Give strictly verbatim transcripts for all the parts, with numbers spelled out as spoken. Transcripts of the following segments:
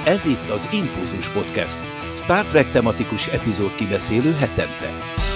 Ez itt az Impulzus Podcast, Star Trek tematikus epizód kibeszélő hetente.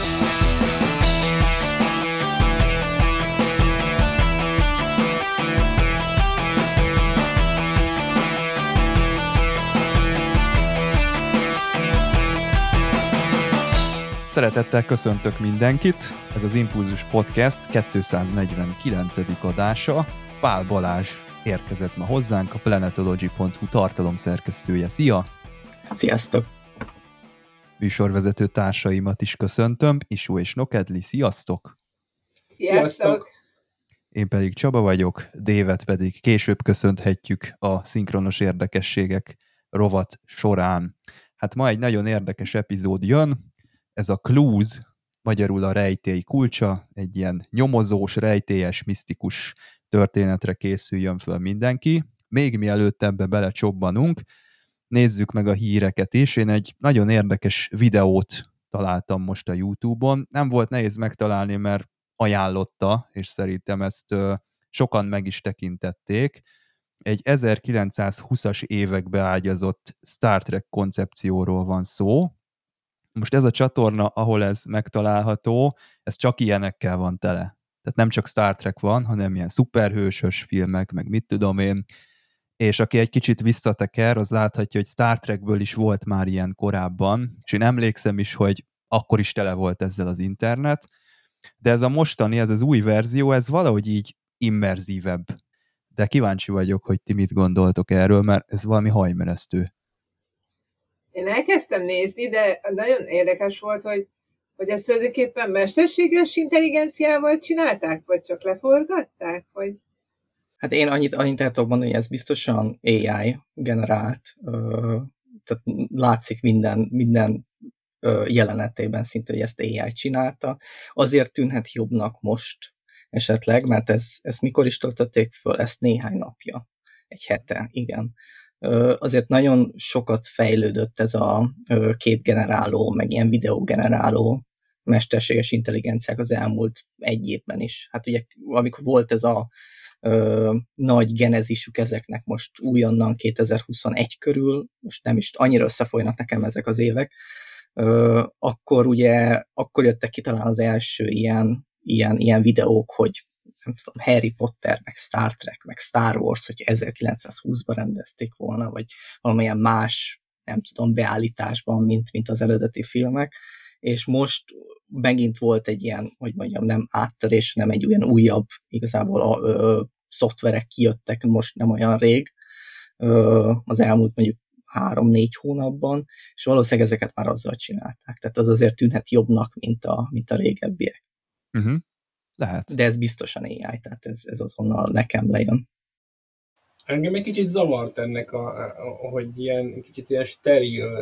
Szeretettel köszöntök mindenkit, ez az Impulzus Podcast kétszáznegyvenkilencedik adása. Pál Balázs érkezett ma hozzánk, a planetology pont hu tartalomszerkesztője. Szia! Sziasztok! Műsorvezető társaimat is köszöntöm, Isú és Nokedli, sziasztok! Sziasztok! Én pedig Csaba vagyok, Dévet pedig később köszönhetjük a szinkronos érdekességek rovat során. Hát ma egy nagyon érdekes epizód jön, ez a Clues, magyarul a rejtély kulcsa, egy ilyen nyomozós, rejtélyes, misztikus történetre készüljön föl mindenki. Még mielőtt ebbe belecsobbanunk, nézzük meg a híreket is. Én egy nagyon érdekes videót találtam most a YouTube-on. Nem volt nehéz megtalálni, mert ajánlotta, és szerintem ezt ö, sokan meg is tekintették. Egy ezerkilencszázhúszas évekbe ágyazott Star Trek koncepcióról van szó. Most ez a csatorna, ahol ez megtalálható, ez csak ilyenekkel van tele. Tehát nem csak Star Trek van, hanem ilyen szuperhősös filmek, meg mit tudom én. És aki egy kicsit visszateker, az láthatja, hogy Star Trekből is volt már ilyen korábban, és én emlékszem is, hogy akkor is tele volt ezzel az internet, de ez a mostani, ez az új verzió, ez valahogy így immerzívebb. De kíváncsi vagyok, hogy ti mit gondoltok erről, mert ez valami hajmeresztő. Én elkezdtem nézni, de nagyon érdekes volt, hogy, hogy ezt tulajdonképpen mesterséges intelligenciával csinálták, vagy csak leforgatták, vagy... Hát én annyit, annyit el tudok mondani, hogy ez biztosan á i generált, tehát látszik minden, minden jelenetében szinte, hogy ezt á i csinálta. Azért tűnhet jobbnak most esetleg, mert ez, ezt mikor is töltötték föl? Ezt néhány napja, egy hete, igen. Azért nagyon sokat fejlődött ez a képgeneráló, meg ilyen videógeneráló mesterséges intelligenciák az elmúlt egy évben is. Hát ugye, amikor volt ez a ö, nagy genezisük ezeknek most újonnan kétezer-huszonegy körül, most nem is annyira összefolynak nekem ezek az évek, ö, akkor ugye, akkor jöttek ki talán az első ilyen, ilyen, ilyen videók, hogy nem tudom, Harry Potter, meg Star Trek, meg Star Wars, hogy ezerkilencszázhúszban rendezték volna, vagy valamilyen más, nem tudom, beállításban, mint, mint az eredeti filmek, és most megint volt egy ilyen, hogy mondjam, nem áttörés, hanem egy olyan újabb, igazából a ö, szoftverek kijöttek most nem olyan rég, ö, az elmúlt mondjuk három-négy hónapban, és valószínűleg ezeket már azzal csinálták. Tehát az azért tűnhet jobbnak, mint a, mint a régebbiek. Uh-huh. Lehet. De ez biztosan á i, tehát ez, ez azonnal nekem lejön. Engem egy kicsit zavart ennek, a, a, hogy ilyen kicsit ilyen steril a,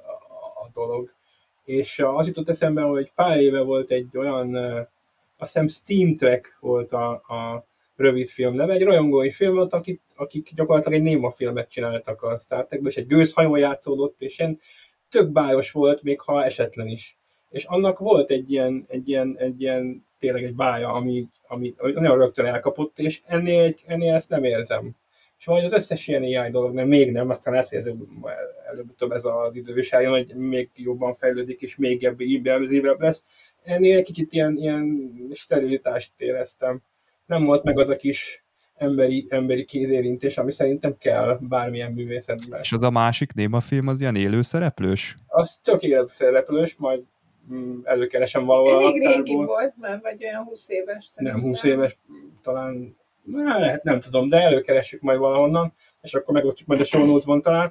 a dolog. És az jutott eszembe, hogy pár éve volt egy olyan, azt hiszem Steam Trek volt a, a rövid film neve, egy rajongói film volt, akik, akik gyakorlatilag egy néma filmet csináltak a Star Trekből, és egy gőzhajón játszódott, és ilyen tök bájos volt, még ha esetlen is. És annak volt egy ilyen, egy ilyen, egy ilyen tényleg egy bája, ami, ami nagyon rögtön elkapott, és ennél, egy, ennél ezt nem érzem. És valahogy az összes ilyen á i dolog, nem, még nem, aztán lehet, hogy ez előbb-több ez az idő is eljön, hogy még jobban fejlődik, és még immerzívebb lesz. Ennél egy kicsit ilyen, ilyen sterilitást éreztem. Nem volt meg az a kis emberi, emberi kézérintés, ami szerintem kell bármilyen művészetben. És az a másik némafilm az ilyen élőszereplős? Az tök élőszereplős, majd előkeresem valahol. Elég régi volt már, vagy olyan húsz éves szerintem. Nem, húsz éves, talán, na, lehet, nem tudom, de előkeressük majd valahonnan, és akkor megosztjuk majd a show notes-ban talán.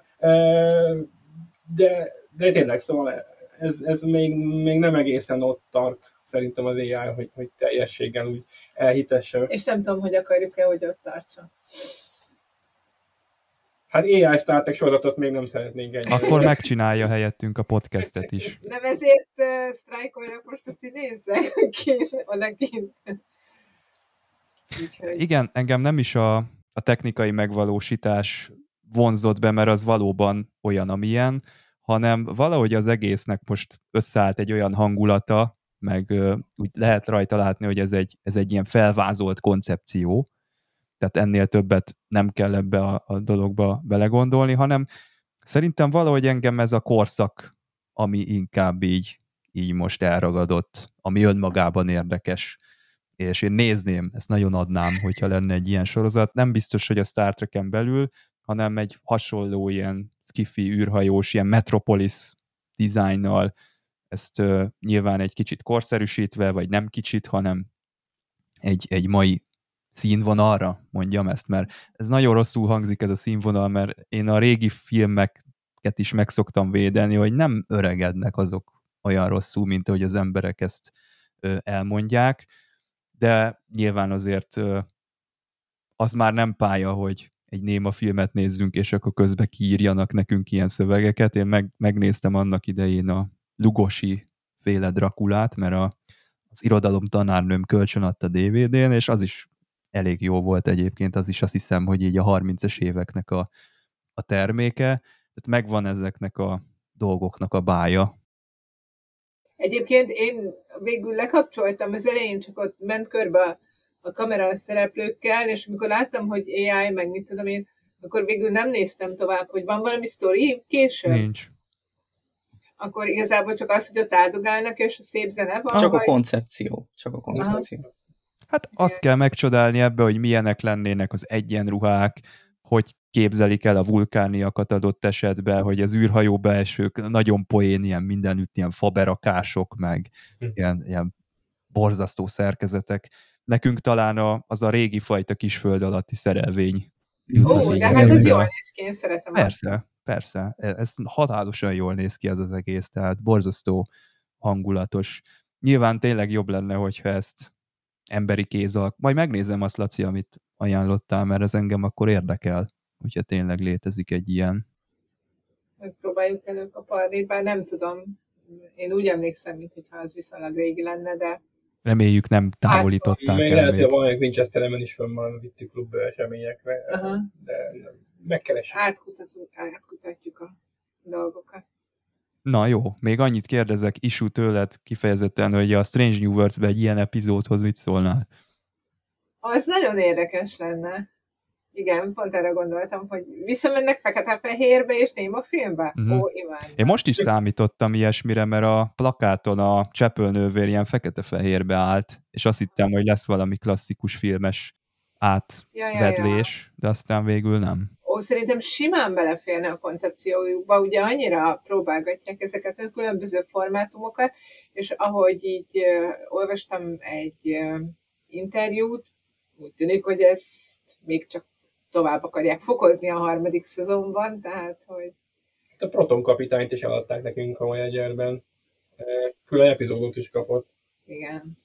De, de tényleg, szóval ez, ez még, még nem egészen ott tart szerintem az á i, hogy, hogy teljességgel úgy elhitesse. És nem tudom, hogy akarjuk-e, hogy ott tartson. Hát á i Star Trek sorozatot még nem szeretnénk ennyi. Akkor megcsinálja helyettünk a podcastet is. Nem ezért uh, sztrájkolnak most a színészek kint, odakint. Igen, engem nem is a, a technikai megvalósítás vonzott be, mert az valóban olyan, amilyen, hanem valahogy az egésznek most összeállt egy olyan hangulata, meg uh, úgy lehet rajta látni, hogy ez egy, ez egy ilyen felvázolt koncepció, tehát ennél többet nem kell ebbe a, a dologba belegondolni, hanem Szerintem valahogy engem ez a korszak, ami inkább így, így most elragadott, ami önmagában érdekes. És én nézném, ezt nagyon adnám, hogyha lenne egy ilyen sorozat. Nem biztos, hogy a Star Trek-en belül, hanem egy hasonló ilyen skifi, űrhajós, ilyen Metropolis dizájnnal, ezt uh, nyilván egy kicsit korszerűsítve, vagy nem kicsit, hanem egy, egy mai színvonalra, mondjam ezt, mert ez nagyon rosszul hangzik ez a színvonal, mert én a régi filmeket is meg szoktam védeni, hogy nem öregednek azok olyan rosszul, mint ahogy az emberek ezt uh, elmondják, de nyilván azért uh, az már nem pálya, hogy egy néma filmet nézzünk, és akkor közben kiírjanak nekünk ilyen szövegeket. Én meg, megnéztem annak idején a Lugosi féle Drakulát, mert a, az irodalom tanárnőm kölcsönadta dé vé dén, és az is elég jó volt egyébként, az is azt hiszem, hogy így a harmincas éveknek a, a terméke. Tehát megvan ezeknek a dolgoknak a bája. Egyébként én végül lekapcsoltam az elején, csak ott ment körbe a, a kamera szereplőkkel, és amikor láttam, hogy á i, meg mit tudom én, akkor végül nem néztem tovább, hogy van valami sztori később. Nincs. Akkor igazából csak az, hogy ott áldogálnak, és a szép zene van. Csak vagy... a koncepció. Csak a koncepció. Aha. Hát azt kell megcsodálni ebbe, hogy milyenek lennének az egyenruhák, hogy képzelik el a vulkániakat adott esetben, hogy az űrhajó beesők nagyon poén, ilyen mindenütt ilyen faberakások, meg hm. ilyen, ilyen borzasztó szerkezetek. Nekünk talán a, az a régi fajta kis föld alatti szerelvény. Ó, de hát ez jól néz ki, én szeretem. Persze, azt. persze. Ez halálosan jól néz ki ez az egész, tehát borzasztó hangulatos. Nyilván tényleg jobb lenne, hogyha ezt emberi kéz alak. Majd megnézem azt, Laci, amit ajánlottál, mert ez engem akkor érdekel, hogyha tényleg létezik egy ilyen. Megpróbáljuk előkaparni, bár nem tudom. Én úgy emlékszem, mintha az viszonylag régi lenne, de reméljük nem távolították hát, el lehet, még. hogy valamelyik Winchester-en is fönn van vittük klub eseményekre, uh-huh. de megkeresünk. Átkutatjuk a dolgokat. Na jó, még annyit kérdezek Isu tőled kifejezetten, hogy a Strange New Worlds-be egy ilyen epizódhoz mit szólnál? Az nagyon érdekes lenne. Igen, pont erre gondoltam, hogy visszamennek fekete-fehérbe és néma filmbe? Uh-huh. Ó, imádom. Én most is számítottam ilyesmire, mert a plakáton a Csepölnővér ilyen fekete-fehérbe állt, és azt hittem, hogy lesz valami klasszikus filmes átvedlés, ja, ja, ja. de aztán végül nem. Ó, szerintem simán beleférne a koncepciójukba, ugye annyira próbálgatják ezeket a különböző formátumokat, és ahogy így uh, olvastam egy uh, interjút, úgy tűnik, hogy ezt még csak tovább akarják fokozni a harmadik szezonban, tehát, hogy... A Proton kapitányt is eladták nekünk a Voyagerben. Külön epizódot is kapott. Igen.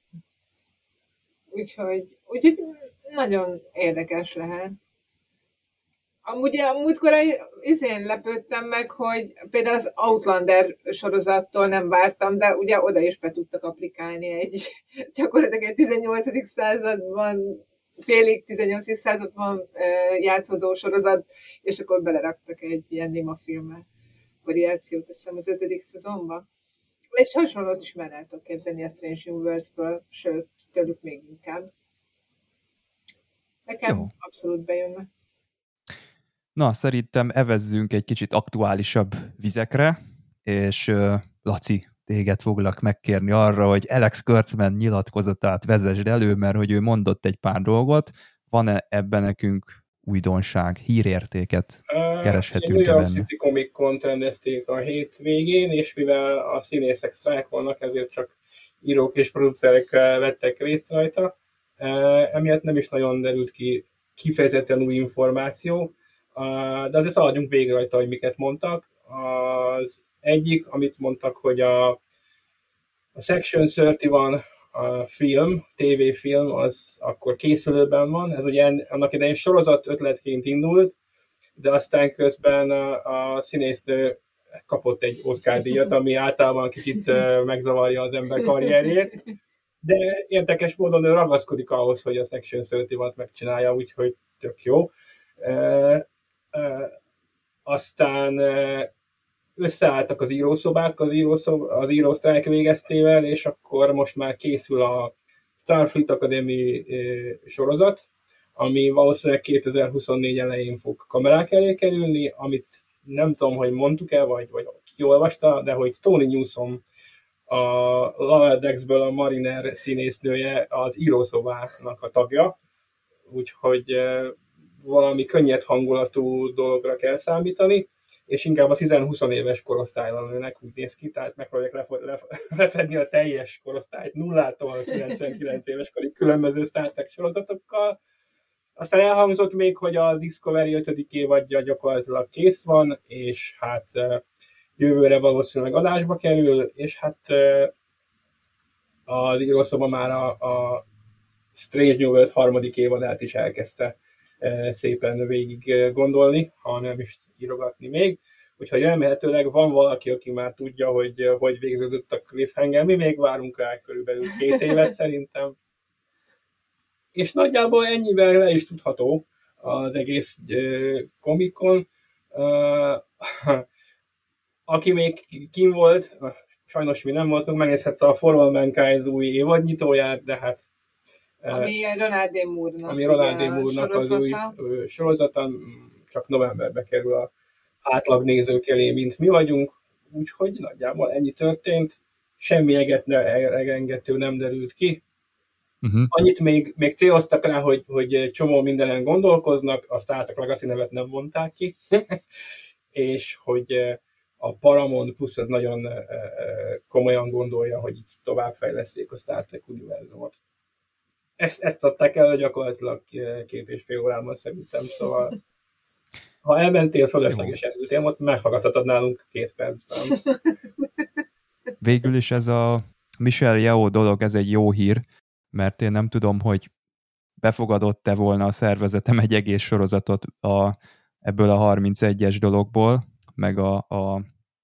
Úgyhogy, úgyhogy nagyon érdekes lehet. Amúgy a múltkor izén lepődtem meg, hogy például az Outlander sorozattól nem vártam, de ugye oda is be tudtak applikálni egy gyakorlatilag egy tizennyolcadik században, félig tizennyolcadik században játszódó sorozat, és akkor beleraktak egy ilyen néma filmet, variációt, azt hiszem az ötödik szezonban. És hasonlót is már el tudok képzelni a Strange Universe-ből, sőt, tőlük még inkább. Nekem Jó. abszolút bejönnek. Na, szerintem evezzünk egy kicsit aktuálisabb vizekre, és uh, Laci, téged foglak megkérni arra, hogy Alex Kurtzman nyilatkozatát vezesd elő, mert hogy ő mondott egy pár dolgot. Van-e ebben nekünk újdonság, hírértéket kereshetünk-e benne? A New York City Comic Con rendezték a hét végén, és mivel a színészek sztrájkolnak, ezért csak írók és producerek vettek részt rajta. Emiatt nem is nagyon derült ki kifejezetten új információ, de azért szaladjunk végre rajta, hogy miket mondtak. Az egyik, amit mondtak, hogy a, a Section harmincegy a film, tévéfilm, az akkor készülőben van. Ez ugye annak idején sorozat ötletként indult, de aztán közben a, a színésznő kapott egy Oscar-díjat, ami általában kicsit megzavarja az ember karrierjét. De érdekes módon ő ragaszkodik ahhoz, hogy a Section harmincegyet megcsinálja, úgyhogy tök jó. E, e, aztán e, összeálltak az írószobák az, írószob, az írósztrájk végeztével, és akkor most már készül a Starfleet Academy e, sorozat, ami valószínűleg kétezer-huszonnégy elején fog kamerák elé kerülni, amit nem tudom, hogy mondtuk-e, vagy, vagy ki olvasta, de hogy Tony Newsom, a Lower Decks-ből a Mariner színésznője az írószobának a tagja, úgyhogy valami könnyed hangulatú dologra kell számítani, és inkább a tíz-húsz éves korosztályban nőnek, úgy néz ki, tehát megpróbálják lef- lef- lefedni a teljes korosztályt, nullától kilencvenkilenc éves korig különböző Star Trek sorozatokkal. Aztán elhangzott még, hogy a Discovery ötödik évadja gyakorlatilag kész van, és hát jövőre valószínűleg adásba kerül, és hát az írószoba már a, a Strange New Worlds harmadik évadát is elkezdte szépen végig gondolni, ha nem is írogatni még. Úgyhogy remélhetőleg van valaki, aki már tudja, hogy hogy végződött a cliffhanger. Mi még várunk rá körülbelül két évet szerintem. És nagyjából ennyivel le is tudható az egész uh, Comic-Con. Uh, aki még kim volt, sajnos mi nem voltunk, megnézhetsz a For All Mankind új évadnyitóját, de hát ami uh, Ronald D. Moore-nak, ami Ronald D. Moore-nak az új uh, sorozata, csak novemberbe kerül a átlag nézők elé, mint mi vagyunk, úgyhogy nagyjából ennyi történt. Semmi eget ne, egengető nem derült ki. Uh-huh. Annyit még, még céloztak rá, hogy, hogy csomó mindenen gondolkoznak, a Star Trek Legacy nevet nem mondták ki, és hogy a Paramount Plus az nagyon komolyan gondolja, hogy itt továbbfejleszték a Star Trek univerzumot. Ezt, ezt adták el gyakorlatilag két és fél órában szerintem, szóval ha elmentél, fölöslegesen ültél, ott meghallgathatod nálunk két percben. Végül is ez a Michelle Yeoh dolog, ez egy jó hír, mert én nem tudom, hogy befogadott-e volna a szervezetem egy egész sorozatot a, ebből a harmincegyes dologból, meg a, a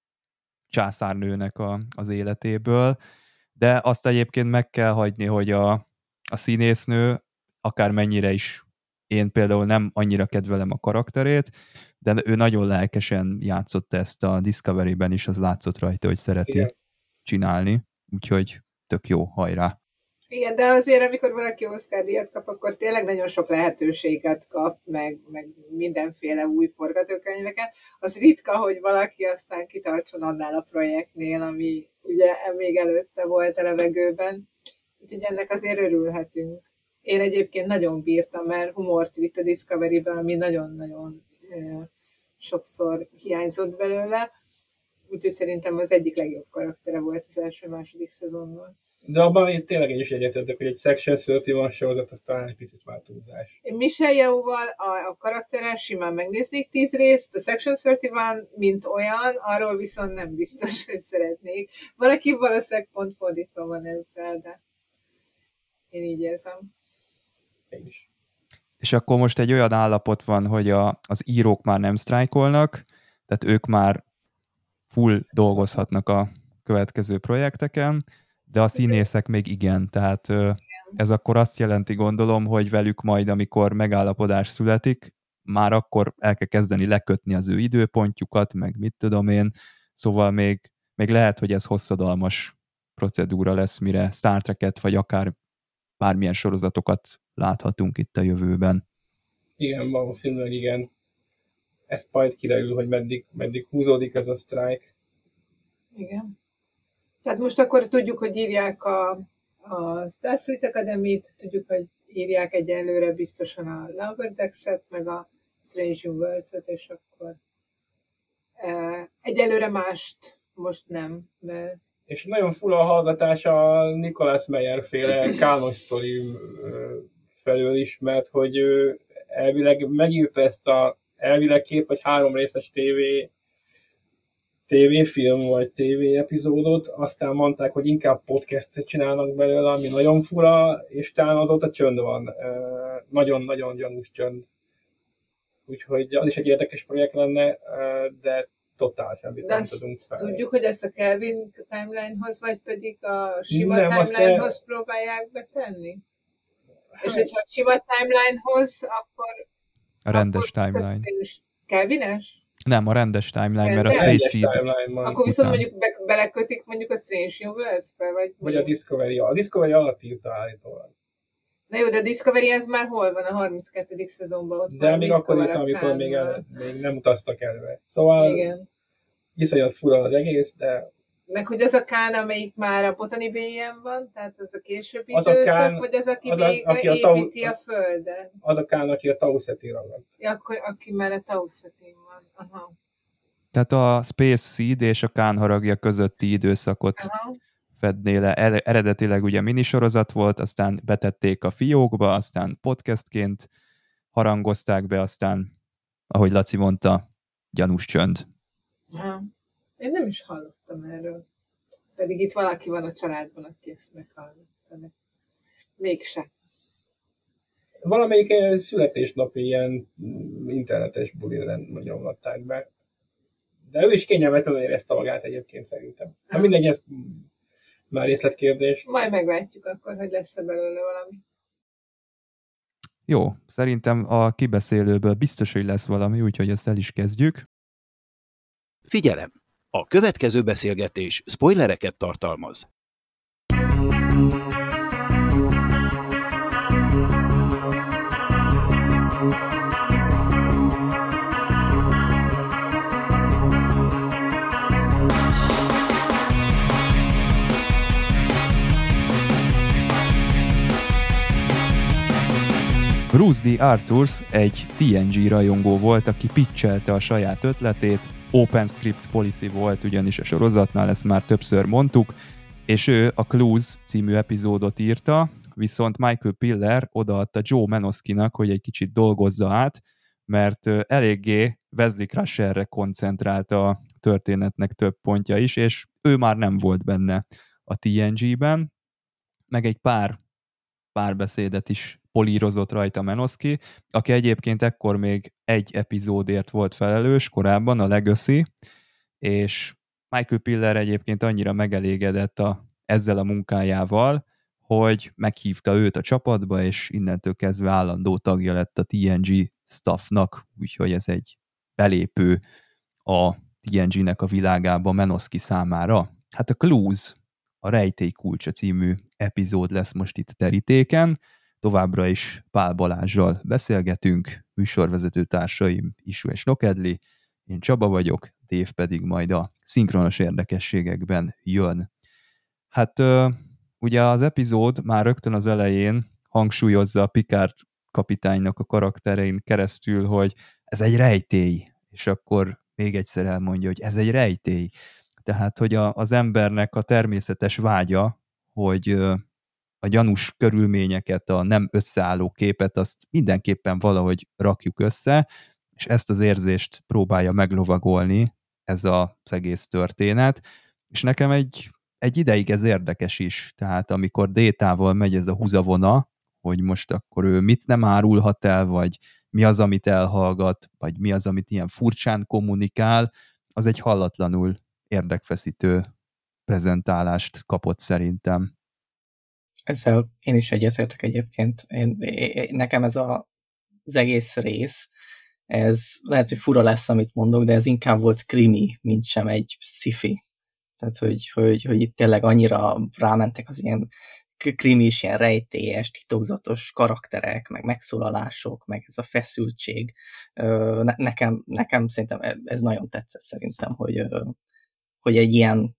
császárnőnek a, az életéből, de azt egyébként meg kell hagyni, hogy a, a színésznő, akármennyire is én például nem annyira kedvelem a karakterét, de ő nagyon lelkesen játszott ezt a Discovery-ben is, az látszott rajta, hogy szereti Igen. csinálni, úgyhogy tök jó, hajrá! Igen, de azért, amikor valaki Oscar-díjat kap, akkor tényleg nagyon sok lehetőséget kap, meg, meg mindenféle új forgatókönyveket. Az ritka, hogy valaki aztán kitartson annál a projektnél, ami ugye még előtte volt a levegőben. Úgyhogy ennek azért örülhetünk. Én egyébként nagyon bírtam, mert humort vitt a Discovery-ben, ami nagyon-nagyon e, sokszor hiányzott belőle. Úgyhogy szerintem az egyik legjobb karaktere volt az első-második szezonban. De abban én tényleg én is egyetértek, hogy egy Section harminc sorozat, az talán egy picit változás. Én Michelle Yeoh-val a, a karakteren simán megnéznék tíz részt, a Section harminc, mint olyan, arról viszont nem biztos, hogy szeretnék. Valaki valószínűleg pont fordítva van ezzel, de én így érzem. Én is. És akkor most egy olyan állapot van, hogy a, az írók már nem sztrájkolnak, tehát ők már full dolgozhatnak a következő projekteken, de a színészek még igen, tehát igen. Ez akkor azt jelenti, gondolom, hogy velük majd, amikor megállapodás születik, már akkor el kell kezdeni lekötni az ő időpontjukat, meg mit tudom én, szóval még, még lehet, hogy ez hosszadalmas procedúra lesz, mire Star Trek-et, vagy akár bármilyen sorozatokat láthatunk itt a jövőben. Igen, valószínűleg igen. Ez majd kiderül, hogy meddig, meddig húzódik ez a sztrájk. Igen. Tehát most akkor tudjuk, hogy írják a, a Starfleet Academy-t, tudjuk, hogy írják egyelőre biztosan a Lower Decks-et, meg a Strange New Worlds-et, és akkor e, egyelőre mást most nem, mert... És nagyon full a hallgatás a Nicholas Meyer féle Kános sztori felől is, mert hogy ő elvileg megírta ezt a elvileg két vagy három részes tévé tévéfilm vagy tévé epizódot, aztán mondták, hogy inkább podcastet csinálnak belőle, ami nagyon fura, és talán azóta csönd van. Nagyon-nagyon gyanús csönd. Úgyhogy az is egy érdekes projekt lenne, de totál semmit nem tudunk fel. Tudjuk, hogy ezt a Kelvin timelinehoz, vagy pedig a sima nem, timelinehoz el... próbálják betenni? Hát... És hogyha a sima timelinehoz, akkor... A rendes akkor timeline. Kelvines? Nem, a rendes timeline, mert a Space Seed... Akkor viszont mondjuk be, belekötik mondjuk a Strange New Worlds-be, vagy... Vagy a Discovery. A Discovery alatt írta állítólag. Na jó, de a Discovery ez már hol van? A harminckettedik szezonban ott de van. még Mit akkor kavar írtam, a amikor még, el, Kánban? még nem utaztak előre. Szóval Igen. iszonyat fura az egész, de Meg hogy az a Kán, amelyik már a Botany Bay-en van, tehát az a későbbi Az a időszak, Kán- vagy az, aki az a- még aki a építi Tau- a földet? az a Kán, aki a Tau Ceti ragadt. Ja, akkor aki már a Tau Cetin van. Aha. Tehát a Space Seed és a Kán haragja közötti időszakot Aha. fedné le. Eredetileg ugye minisorozat volt, aztán betették a fiókba, aztán podcastként harangozták be, aztán, ahogy Laci mondta, gyanús csönd. Aha. Én nem is hallottam erről. Pedig itt valaki van a családban, aki ezt meghallgatta. De mégse. Valamelyik eh, születésnapi ilyen mm, internetes bulin nyomlatták be. De ő is kényelmetlenül érezte magát egyébként szerintem. Hát mindegy, ez mm, már részletkérdés. Majd meglátjuk akkor, hogy lesz-e belőle valami. Jó, szerintem a kibeszélőből biztos, hogy lesz valami, úgyhogy ezt el is kezdjük. Figyelem! A következő beszélgetés spoilereket tartalmaz. Bruce D. Arthurs egy té en gé rajongó volt, aki pitchelte a saját ötletét, Open Script Policy volt ugyanis a sorozatnál, ezt már többször mondtuk, és ő a Clues című epizódot írta, viszont Michael Piller odaadta Joe Menosky-nak, hogy egy kicsit dolgozza át, mert eléggé Wesley Crusherre koncentrált a történetnek több pontja is, és ő már nem volt benne a té en gé-ben, meg egy pár párbeszédet is polírozott rajta Menosky, aki egyébként ekkor még egy epizódért volt felelős korábban, a Legacy, és Michael Piller egyébként annyira megelégedett a, ezzel a munkájával, hogy meghívta őt a csapatba, és innentől kezdve állandó tagja lett a té en gé staffnak, úgyhogy ez egy belépő a té en gé-nek a világába Menosky számára. Hát a Clues, a Rejtély kulcsa című epizód lesz most itt terítéken, továbbra is Pál Balázssal beszélgetünk, műsorvezető társaim Isu és Nokedli, én Csaba vagyok, Dév pedig majd a szinkronos érdekességekben jön. Hát ugye az epizód már rögtön az elején hangsúlyozza a Picard kapitánynak a karakterein keresztül, hogy ez egy rejtély, és akkor még egyszer elmondja, hogy ez egy rejtély. Tehát, hogy a, az embernek a természetes vágya, hogy a gyanús körülményeket, a nem összeálló képet, azt mindenképpen valahogy rakjuk össze, és ezt az érzést próbálja meglovagolni ez az egész történet, és nekem egy, egy ideig ez érdekes is, tehát amikor Détával megy ez a húzavona, hogy most akkor ő mit nem árulhat el, vagy mi az, amit elhallgat, vagy mi az, amit ilyen furcsán kommunikál, az egy hallatlanul érdekfeszítő prezentálást kapott szerintem. Ezzel én is egyetértek egyébként. Én, én, nekem ez a, az egész rész, ez lehet, hogy fura lesz, amit mondok, de ez inkább volt krimi, mint sem egy sci-fi. Tehát, hogy, hogy, hogy itt tényleg annyira rámentek az ilyen krimis, ilyen rejtélyes, titokzatos karakterek, meg megszólalások, meg ez a feszültség. Ne, nekem, nekem szerintem ez nagyon tetszett szerintem, hogy, hogy egy ilyen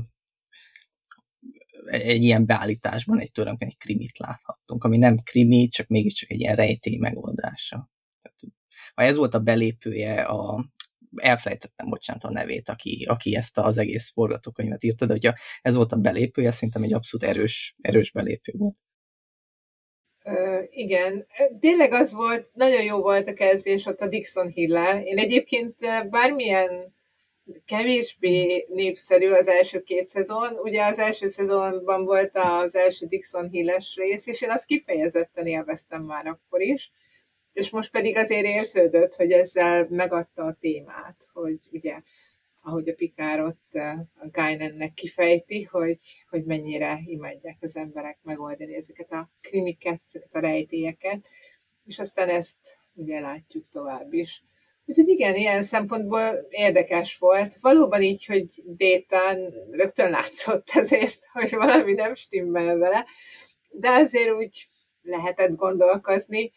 egy ilyen beállításban egy tulajdonképpen egy krimit láthattunk, ami nem krimi, csak mégiscsak egy ilyen rejtély megoldása. Tehát, ha ez volt a belépője, a, elfelejtettem, bocsánat, a nevét, aki, aki ezt az egész forgatókönyvet írta, de hogyha ez volt a belépője, szerintem egy abszolút erős, erős belépő volt. Uh, igen, tényleg az volt, nagyon jó volt a kezdés ott a Dixon Hill-el. Én egyébként bármilyen kevésbé népszerű az első két szezon. Ugye az első szezonban volt az első Dixon Hill-es rész, és én azt kifejezetten élveztem már akkor is. És most pedig azért érződött, hogy ezzel megadta a témát, hogy ugye, ahogy a Picard ott a Guinannek kifejti, hogy, hogy mennyire imádják az emberek megoldani ezeket a krimiket, ezeket a rejtélyeket, és aztán ezt ugye látjuk tovább is. Úgyhogy igen, ilyen szempontból érdekes volt. Valóban így, hogy Détán rögtön látszott ezért, hogy valami nem stimmel vele, de azért úgy lehetett gondolkozni.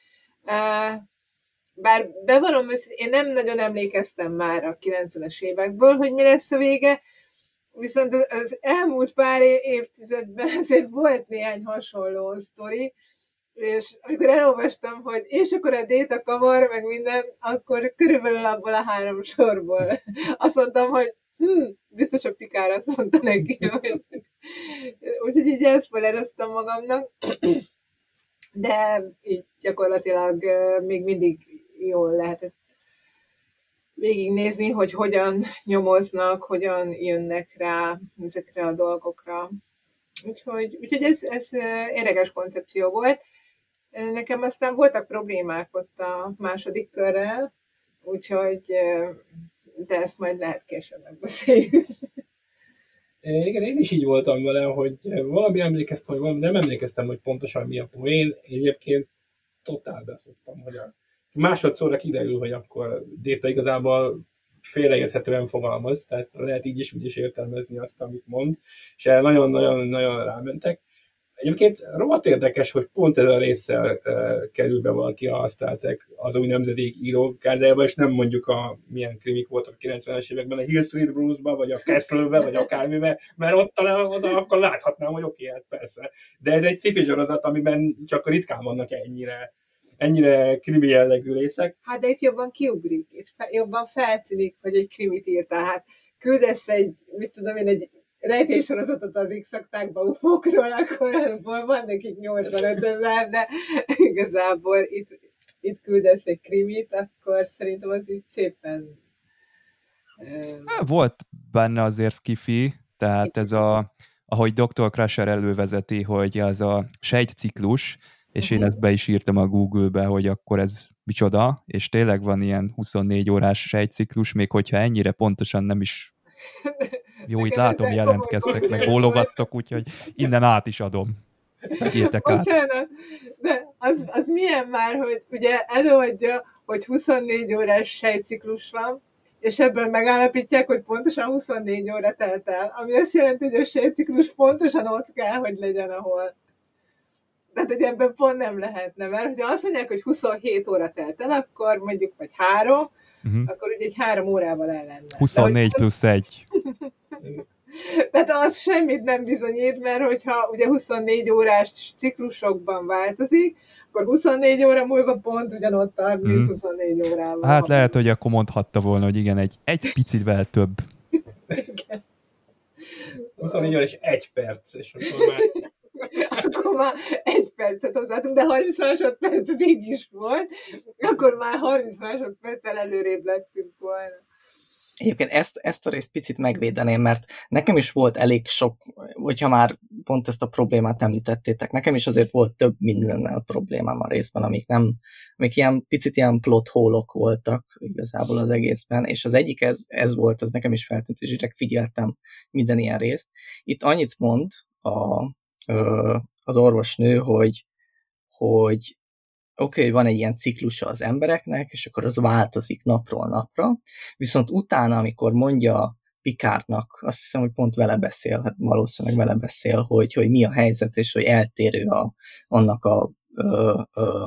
Bár bevallom őszintén, én nem nagyon emlékeztem már a kilencvenes évekből, hogy mi lesz a vége, viszont az elmúlt pár évtizedben azért volt néhány hasonló sztori, és amikor elolvastam, hogy és akkor a Data kavar, meg minden, akkor körülbelül abból a három sorból azt mondtam, hogy hm, biztos a Picard azt mondta neki, hogy úgyhogy így elszpoilereztem magamnak, de így gyakorlatilag még mindig jól lehetett végignézni, hogy hogyan nyomoznak, hogyan jönnek rá ezekre a dolgokra. Úgyhogy, úgyhogy ez, ez érdekes koncepció volt. Nekem aztán voltak problémák ott a második körrel, úgyhogy de ezt majd lehet később megbeszéljük. Igen, én is így voltam vele, hogy valami emlékeztem, hogy valami, nem emlékeztem, hogy pontosan mi a poén. Egyébként totál beszoktam, hogy a másodszorra kiderül, hogy akkor Data igazából félreérthetően fogalmaz, tehát lehet így is úgy is értelmezni azt, amit mond, és erre nagyon-nagyon-nagyon rámentek. Egyébként rohadt érdekes, hogy pont ez a résszel uh, kerül be valaki a Star Trek az új nemzedék írókárdájába, és nem mondjuk a milyen krimik voltak a kilencvenes években, a Hill Street Blues-ba, vagy a Castle-be, vagy akármiben, mert ott talán oda akkor láthatnám, hogy oké, hát persze. De ez egy sci-fi sorozat, amiben csak ritkán vannak ennyire ennyire krimi jellegű részek. Hát de itt jobban kiugrik, itt fe, jobban feltűnik, hogy egy krimit írtál. Hát küldesz egy, mit tudom én, egy rejtésorozatot az X-aktákba ufókról, akkor abból van nekik nyolcvanöt ezer, de igazából itt, itt küldesz egy krimit, akkor szerintem az így szépen... Volt benne azért skifi, tehát ez a, ahogy doktor Crusher elővezeti, hogy az a sejtciklus, és uh-huh. én ezt be is írtam a Google-be, hogy akkor ez micsoda, és tényleg van ilyen huszonnégy órás sejtciklus, még hogyha ennyire pontosan nem is... Jó, itt látom, jelentkeztek, meg bólogattok, úgyhogy innen át is adom. Tegyétek át. Bocsánat, de az, az milyen már, hogy ugye előadja, hogy huszonnégy órás sejtciklus van, és ebből megállapítják, hogy pontosan huszonnégy óra telt el, ami azt jelenti, hogy a sejtciklus pontosan ott kell, hogy legyen, ahol. Tehát, hogy ebben pont nem lehetne, mert hogyha azt mondják, hogy huszonhét óra telt el, akkor mondjuk, vagy három, uh-huh. akkor ugye egy három órával el lenne. huszonnégy plusz egy. Tehát az semmit nem bizonyít, mert hogyha ugye huszonnégy órás ciklusokban változik, akkor huszonnégy óra múlva pont ugyanott tart, mint mm. huszonnégy órával. Hát lehet, hogy akkor mondhatta volna, hogy igen, egy, egy picivel több. Igen. huszonnégy óra és egy perc, és akkor már... akkor már egy percet hozzátunk, de harminc másodperc az így is volt, akkor már harminc másodperccel előrébb lettünk volna. Egyébként ezt, ezt a részt picit megvédeném, mert nekem is volt elég sok, hogyha már pont ezt a problémát említettétek, nekem is azért volt több mindennel problémám a részben, amik nem, amik ilyen picit ilyen plot hole-ok voltak igazából az egészben, és az egyik ez, ez volt, az nekem is feltűnt, és direkt figyeltem minden ilyen részt. Itt annyit mond a, az orvosnő, hogy, hogy oké, okay, van egy ilyen ciklusa az embereknek, és akkor az változik napról napra, viszont utána, amikor mondja Picardnak, azt hiszem, hogy pont vele beszél, hát valószínűleg vele beszél, hogy, hogy mi a helyzet, és hogy eltérő a, annak a ö, ö,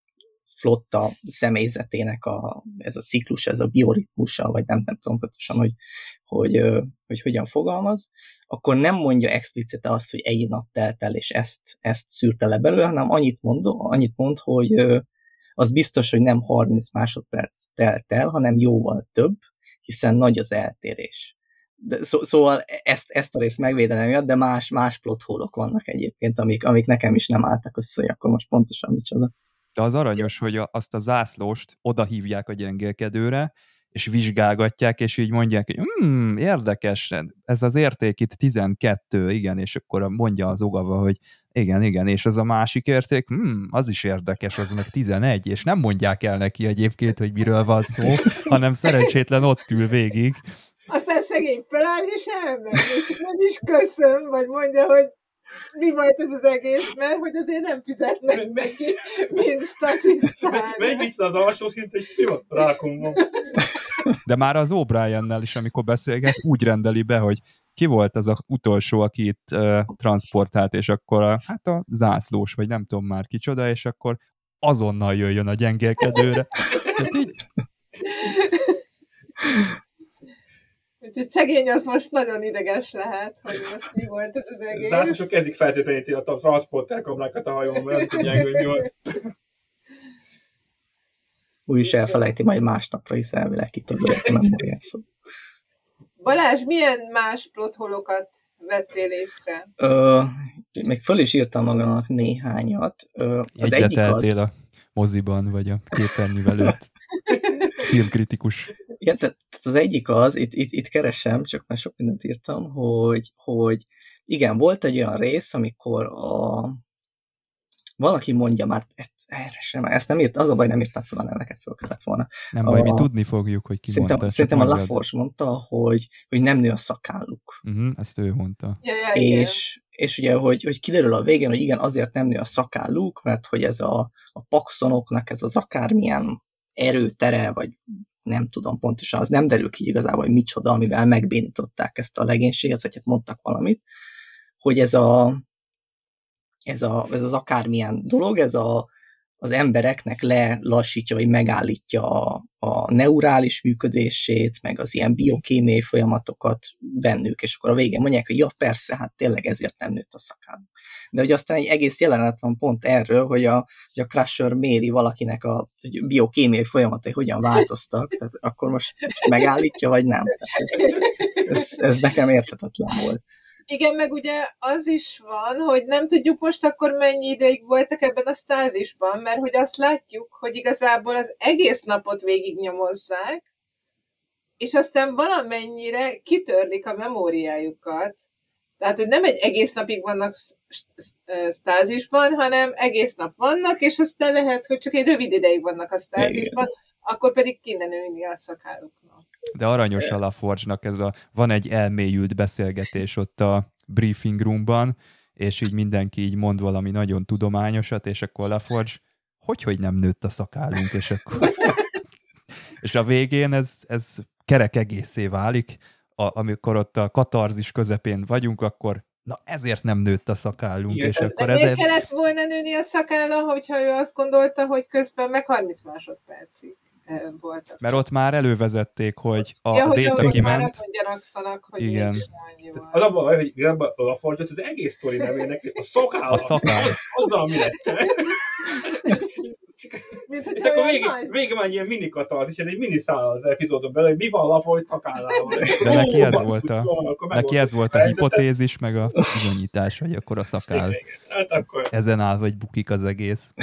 flotta személyzetének a, ez a ciklus, ez a bioritmusa, vagy nem, nem tudom pontosan, hogy, hogy, hogy, hogy hogyan fogalmaz, akkor nem mondja explicite azt, hogy egy nap telt el, és ezt, ezt szűrte le belőle, hanem annyit mond, annyit mond, hogy az biztos, hogy nem harminc másodperc telt el, hanem jóval több, hiszen nagy az eltérés. De, szó, szóval ezt, ezt a részt megvédelem miatt, de más, más plot hole-ok vannak egyébként, amik, amik nekem is nem álltak össze, hogy akkor most pontosan micsoda. De az aranyos, hogy azt a zászlóst oda hívják a gyengélkedőre, és vizsgálgatják, és így mondják, hogy hmm, érdekes, ez az érték itt tizenkettő, igen, és akkor mondja az Ogawa, hogy igen, igen, és az a másik érték, hmm, az is érdekes, az meg tizenegy, és nem mondják el neki egyébként, hogy miről van szó, hanem szerencsétlen ott ül végig. Aztán szegény feláll, és elmegy, csak nem is köszön, vagy mondja, hogy mi volt ez az egész, mert hogy azért nem fizetnek neki, mint statisztálni. Megy vissza az alsó szint, és mi van? Rákom van. De már az O'Briennel is, amikor beszélget, úgy rendeli be, hogy ki volt az a utolsó, aki itt uh, transportált, és akkor a, hát a zászlós, vagy nem tudom már kicsoda, és akkor azonnal jöjjön a gyengélkedőre. Tehát így... Úgyhogy szegény az most nagyon ideges lehet, hogy most mi volt ez az egész. Zászlósok kezdik feltétleníteni a transporterkamrákat a hajón, mert nem tudják, hogy mi volt. Úgy is elfelejti majd másnapra, hisz elvileg ki tudja a memóriát. Szóval. Balázs, milyen más plotholokat vettél észre? Ö, még föl is írtam magamnak néhányat. Ö, az Jegyzeteltél az... a moziban, vagy a képernyővel előtt. Filmkritikus. Igen, tehát az egyik az, itt, itt, itt keresem, csak már sok mindent írtam, hogy, hogy igen, volt egy olyan rész, amikor a valaki mondja már, erre sem, ezt nem írt, az a baj, nem írtam fel a neveket, föl kellett volna. Nem baj, a, mi tudni fogjuk, hogy ki szerintem, mondta. Szerintem a LaForge mondta, hogy, hogy nem nő a szakálluk. Uh-huh, ezt ő mondta. Ja, ja, és, és ugye, hogy, hogy kiderül a végén, hogy igen, azért nem nő a szakálluk, mert hogy ez a, a paxonoknak ez az akármilyen erőtere, vagy nem tudom pontosan, az nem derül ki igazából, hogy micsoda, amivel megbénították ezt a legénységet, vagy hát mondtak valamit, hogy ez a Ez, a, ez az akármilyen dolog, ez a, az embereknek lelassítja, vagy megállítja a, a neurális működését, meg az ilyen biokémiai folyamatokat bennük, és akkor a végén mondják, hogy ja, persze, hát tényleg ezért nem nőtt a szakálluk. De hogy aztán egy egész jelenet van pont erről, hogy a, hogy a Crusher méri valakinek a biokémiai folyamatai hogyan változtak, tehát akkor most megállítja, vagy nem. Ez, ez nekem érthetetlen volt. Igen, meg ugye az is van, hogy nem tudjuk most akkor mennyi ideig voltak ebben a stázisban, mert hogy azt látjuk, hogy igazából az egész napot végignyomozzák, és aztán valamennyire kitörlik a memóriájukat. Tehát, hogy nem egy egész napig vannak stázisban, hanem egész nap vannak, és aztán lehet, hogy csak egy rövid ideig vannak a stázisban, akkor pedig kéne nőni a szakálluknak. De aranyos a LaForge-nak ez a, van egy elmélyült beszélgetés ott a briefing roomban, és így mindenki így mond valami nagyon tudományosat, és akkor LaForge, hogy, hogy nem nőtt a szakállunk, és akkor... és a végén ez, ez kerek egészé válik, a, amikor ott a katarzis közepén vagyunk, akkor na ezért nem nőtt a szakállunk. És de akkor miért ezért... kellett volna nőni a szakálla, hogyha ő azt gondolta, hogy közben meg harminc másodpercig voltak. Mert ott már elővezették, hogy a ja, Data hogy kiment. Már azon gyanakszanak, hogy igen. Az a baj, hogy igazából a LaForge az egész sztori nevének a szakálla. A szakáll. Az, azzal mi lett? Mint, és akkor végig, végig van egy ilyen mini katarzis, ez egy mini szál az epizódon belül, hogy mi van LaForge szakállával. De neki ez volt a, neki ez volt a hipotézis, meg a bizonyítás, hogy akkor a szakáll. Igen, igen. Hát akkor... ezen áll, vagy bukik az egész.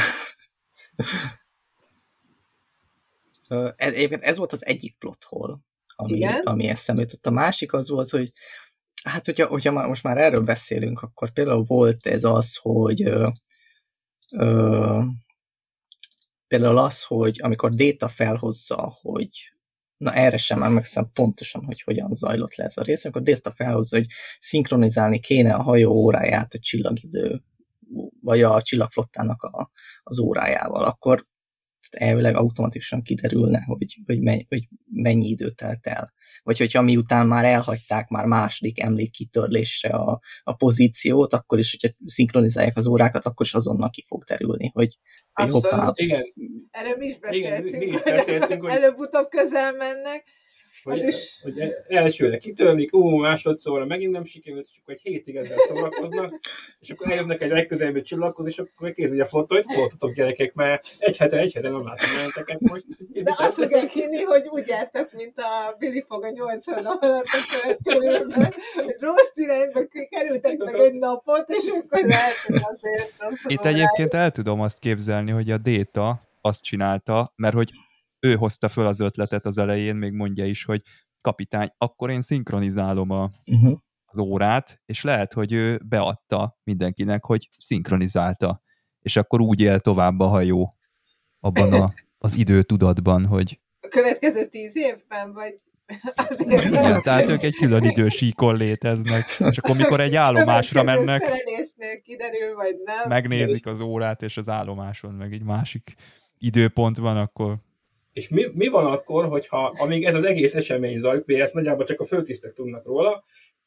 Ez, egyébként ez volt az egyik plot hole, ami, ami eszembe jutott. A másik az volt, hogy hát, hogyha, hogyha most már erről beszélünk, akkor például volt ez az, hogy ö, ö, például az, hogy amikor Data felhozza, hogy na erre sem emlékszem pontosan, hogy hogyan zajlott le ez a rész, akkor Data felhozza, hogy szinkronizálni kéne a hajó óráját a csillagidő, vagy a csillagflottának a, az órájával, akkor elvileg automatikusan kiderülne, hogy, hogy, mennyi, hogy mennyi idő telt el. Vagy hogyha miután már elhagyták már második emlékkitörlésre a, a pozíciót, akkor is, hogyha szinkronizálják az órákat, akkor is azonnal ki fog derülni, hogy abszolút, igen. Erről mi is beszéltünk, igen, mi is beszéltünk hogy előbb-utóbb közel mennek. Hogy, is... hogy elsőre kitörlik, ú, másodszorra megint nem sikerült, és akkor egy hétig ezzel szórakoznak, és akkor eljönnek egy legközelebbi csillaghoz, és akkor készül a flotta, hogy voltatok gyerekek, mert egy hete, egy hete nem látom jelenteket most. De azt fogják hinni, hogy úgy jártak, mint a Billy Fog a nyolcvan alatt a körülben, hogy rossz irányba kerültek meg egy napot, és akkor lehet, hogy azért rossz. Itt egyébként el tudom azt képzelni, hogy a Data azt csinálta, mert hogy ő hozta föl az ötletet az elején, még mondja is, hogy kapitány, akkor én szinkronizálom a, uh-huh. az órát, és lehet, hogy ő beadta mindenkinek, hogy szinkronizálta, és akkor úgy él tovább a hajó abban a, az időtudatban, hogy... A következő tíz évben, vagy... Azért igen, tehát ők egy külön idősíkon léteznek, és akkor mikor egy állomásra mennek, kiderül, vagy nem. megnézik az órát, és az állomáson meg egy másik időpont van, akkor... És mi, mi van akkor, hogyha amíg ez az egész esemény zajlik, ezt nagyjából csak a főtisztek tudnak róla,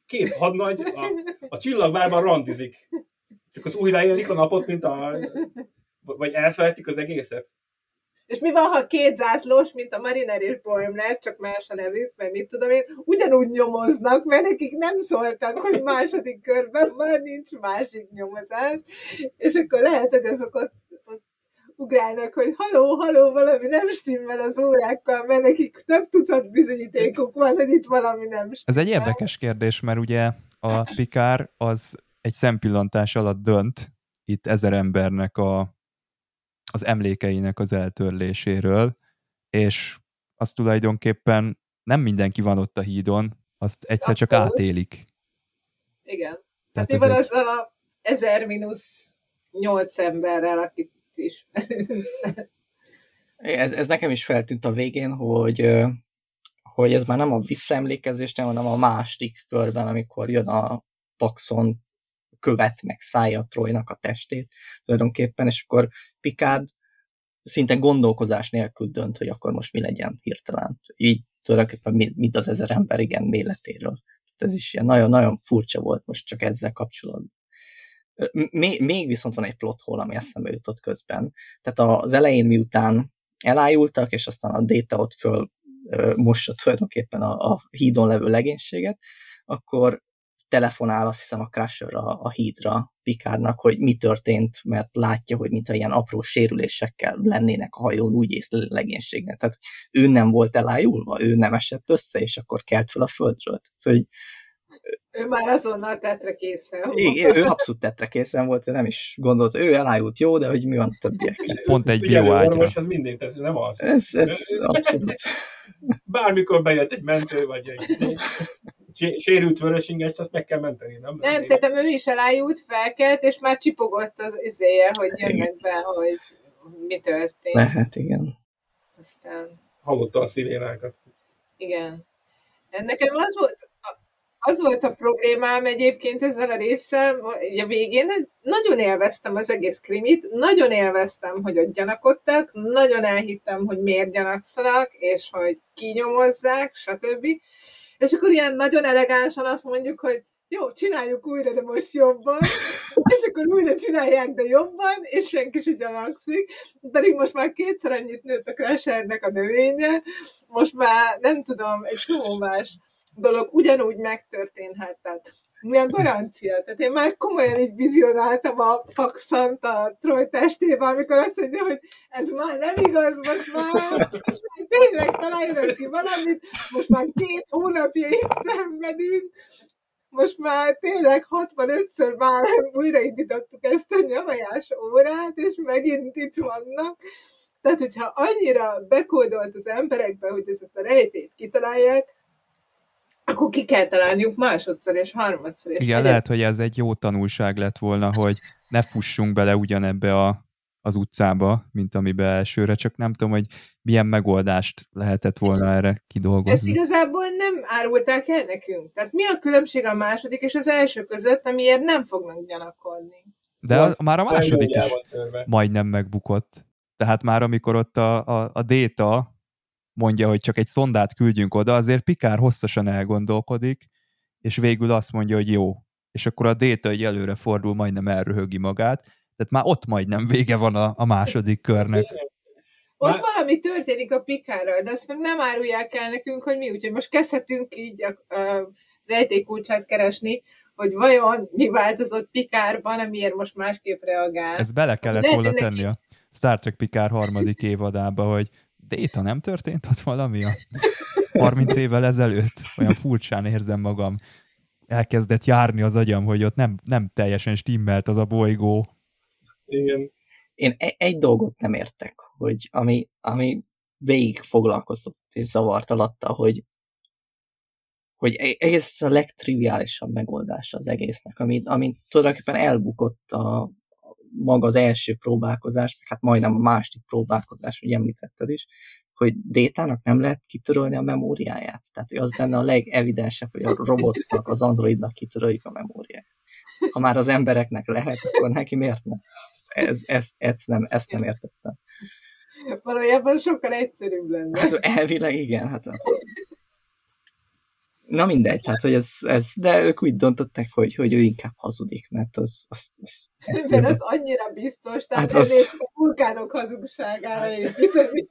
két hadnagy a, a csillagvárban randizik. Csak az újraélik a napot, mint a... Vagy elfelejtik az egészet. És mi van, ha két zászlós, mint a Mariner és Boimler, csak más a nevük, mert mit tudom én, ugyanúgy nyomoznak, mert nekik nem szóltak, hogy második körben már nincs másik nyomozás, és akkor lehet, hogy azok ott, ott ugrálnak, hogy haló, haló, valami nem stimmel az órákkal, mert nekik több tucat bizonyítékuk van, hogy itt valami nem stimmel. Ez egy érdekes kérdés, mert ugye a Picard az egy szempillantás alatt dönt itt ezer embernek a az emlékeinek az eltörléséről, és azt tulajdonképpen nem mindenki van ott a hídon, azt egyszer Abszolút. Csak átélik. Igen. Tehát mi van egy... azzal a ezer mínusz nyolc emberrel, akit ismerünk? Ez, ez nekem is feltűnt a végén, hogy, hogy ez már nem a visszaemlékezés, nem, hanem a második körben, amikor jön a Paxon követ, meg szállja Trojnak a testét tulajdonképpen, és akkor Picard szinte gondolkozás nélkül dönt, hogy akkor most mi legyen hirtelen. Így tulajdonképpen mind az ezer ember igen életéről. Ez is ilyen nagyon-nagyon furcsa volt most csak ezzel kapcsolatban. Még, még viszont van egy plot hole, ami eszembe jutott közben. Tehát az elején miután elájultak, és aztán a Data ott föl mossa tulajdonképpen a, a hídon levő legénységet, akkor telefonál azt hiszem a Crusher a, a hídra Picardnak, hogy mi történt, mert látja, hogy mintha ilyen apró sérülésekkel lennének a hajón úgy ész legénységnek. Tehát ő nem volt elájulva, ő nem esett össze, és akkor kelt fel a földről. Tehát, hogy ő már azonnal tetre készen volt. Igen, ő abszolút tetre készen volt, ő nem is gondolt, ő elájult jó, de hogy mi van többiek. Pont egy bioágyra. Orvos az mindig tesz, nem az. Ez, ez abszolút. Bármikor bejött egy mentő, vagy egy sérült vörösingest, azt meg kell menteni, nem? Nem, szerintem ő is elájult, felkelt, és már csipogott az izéje, hogy jönnek be, hogy mi történt. Lehet, igen. Aztán... Hallotta a szirénákat. Igen. Nekem az volt, az volt a problémám egyébként ezzel a résszel, a végén, hogy nagyon élveztem az egész krimit, nagyon élveztem, hogy ott gyanakodtak, nagyon elhittem, hogy miért gyanakszanak, és hogy kinyomozzák, stb. És akkor ilyen nagyon elegánsan azt mondjuk, hogy jó, csináljuk újra, de most jobban, és akkor újra csinálják, de jobban, és senki sem gyanakszik, pedig most már kétszer annyit nőtt a Crushernek a növénye, most már nem tudom, egy csomó más dolog ugyanúgy megtörténhet, tehát milyen garancia. Tehát én már komolyan így vizionáltam a Paxont a Troj testében, amikor azt mondja, hogy ez már nem igaz, most már, most már tényleg találjanak ki valamit, most már két hónapja itt szenvedünk, most már tényleg hatvanötször már újraindítottuk ezt a nyavajás órát, és megint itt vannak. Tehát, hogyha annyira bekódolt az emberekbe, hogy ezt a rejtét kitalálják, akkor ki kell találniuk másodszor és harmadszor. És igen, egyet... lehet, hogy ez egy jó tanulság lett volna, hogy ne fussunk bele ugyanebbe a, az utcába, mint amibe elsőre, csak nem tudom, hogy milyen megoldást lehetett volna erre kidolgozni. Ezt igazából nem árulták el nekünk. Tehát mi a különbség a második és az első között, amiért nem fognak gyanakodni? De az, már a második is majdnem megbukott. Tehát már amikor ott a, a, a Data mondja, hogy csak egy szondát küldjünk oda, azért Picard hosszasan elgondolkodik, és végül azt mondja, hogy jó. És akkor a Data egy előre fordul, majdnem elröhögi magát, tehát már ott majdnem vége van a, a második körnek. Ott már... valami történik a Picardral, de azt meg nem árulják el nekünk, hogy mi, úgyhogy most kezdhetünk így a, a rejtélykulcsát keresni, hogy vajon mi változott Picardban, amiért most másképp reagál. Ez bele kellett lehet, volna tenni neki... a Star Trek Picard harmadik évadába, hogy Data, nem történt ott valami a harminc évvel ezelőtt? Olyan furcsán érzem magam. Elkezdett járni az agyam, hogy ott nem, nem teljesen stimmelt az a bolygó. Igen. Én egy dolgot nem értek, hogy ami, ami végig foglalkoztatott és zavart alatta, hogy, hogy egész a legtriviálisabb megoldása az egésznek, amit, amit tulajdonképpen elbukott a maga az első próbálkozás, hát majdnem a második próbálkozás, hogy említetted is, hogy Détának nem lehet kitörölni a memóriáját. Tehát az lenne a legevidensebb, hogy a robotnak, az androidnak kitöröljük a memóriáját. Ha már az embereknek lehet, akkor neki miért nem? Ez, ezt, ezt, nem, ezt nem értettem. Valójában sokkal egyszerűbb lenne. Hát elvileg igen. Hát, Na mindegy, tehát, hogy ez, ez, de ők úgy döntöttek, hogy, hogy ő inkább hazudik, mert az... az, az mert az annyira biztos, tehát hát ezért az, a vulkánok hazugságára építeni.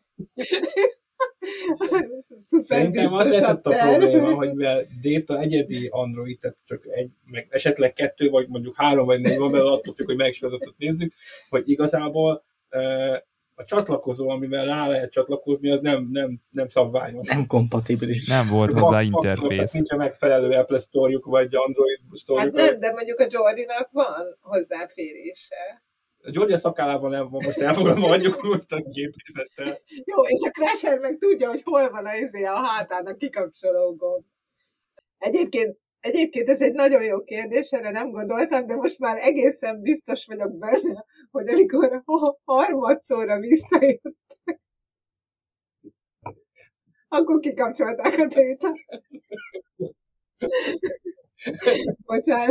Szerintem az lehetett a probléma, hogy mivel Data egyedi Android, tehát csak egy, meg esetleg kettő, vagy mondjuk három vagy négy van, mert attól függ, hogy melyik sorozatot nézzük, hogy igazából a csatlakozó, amivel rá lehet csatlakozni, az nem, nem, nem szabványos. Nem kompatibilis. Nem volt hozzá interfész. Nincs a megfelelő Apple Store-juk, vagy Android Store-juk. Hát nem, de mondjuk a Jordinak van hozzáférése. A Jordi a szakálában nem van, most elfogadva adjuk most a gépészettel. Jó, és a Crasher meg tudja, hogy hol van a, izé a hátának kikapcsoló gomb. Egyébként, egyébként ez egy nagyon jó kérdés, erre nem gondoltam, de most már egészen biztos vagyok benne, hogy amikor harmadszorra visszajöttek, akkor kikapcsolták a Data. Bocsánat.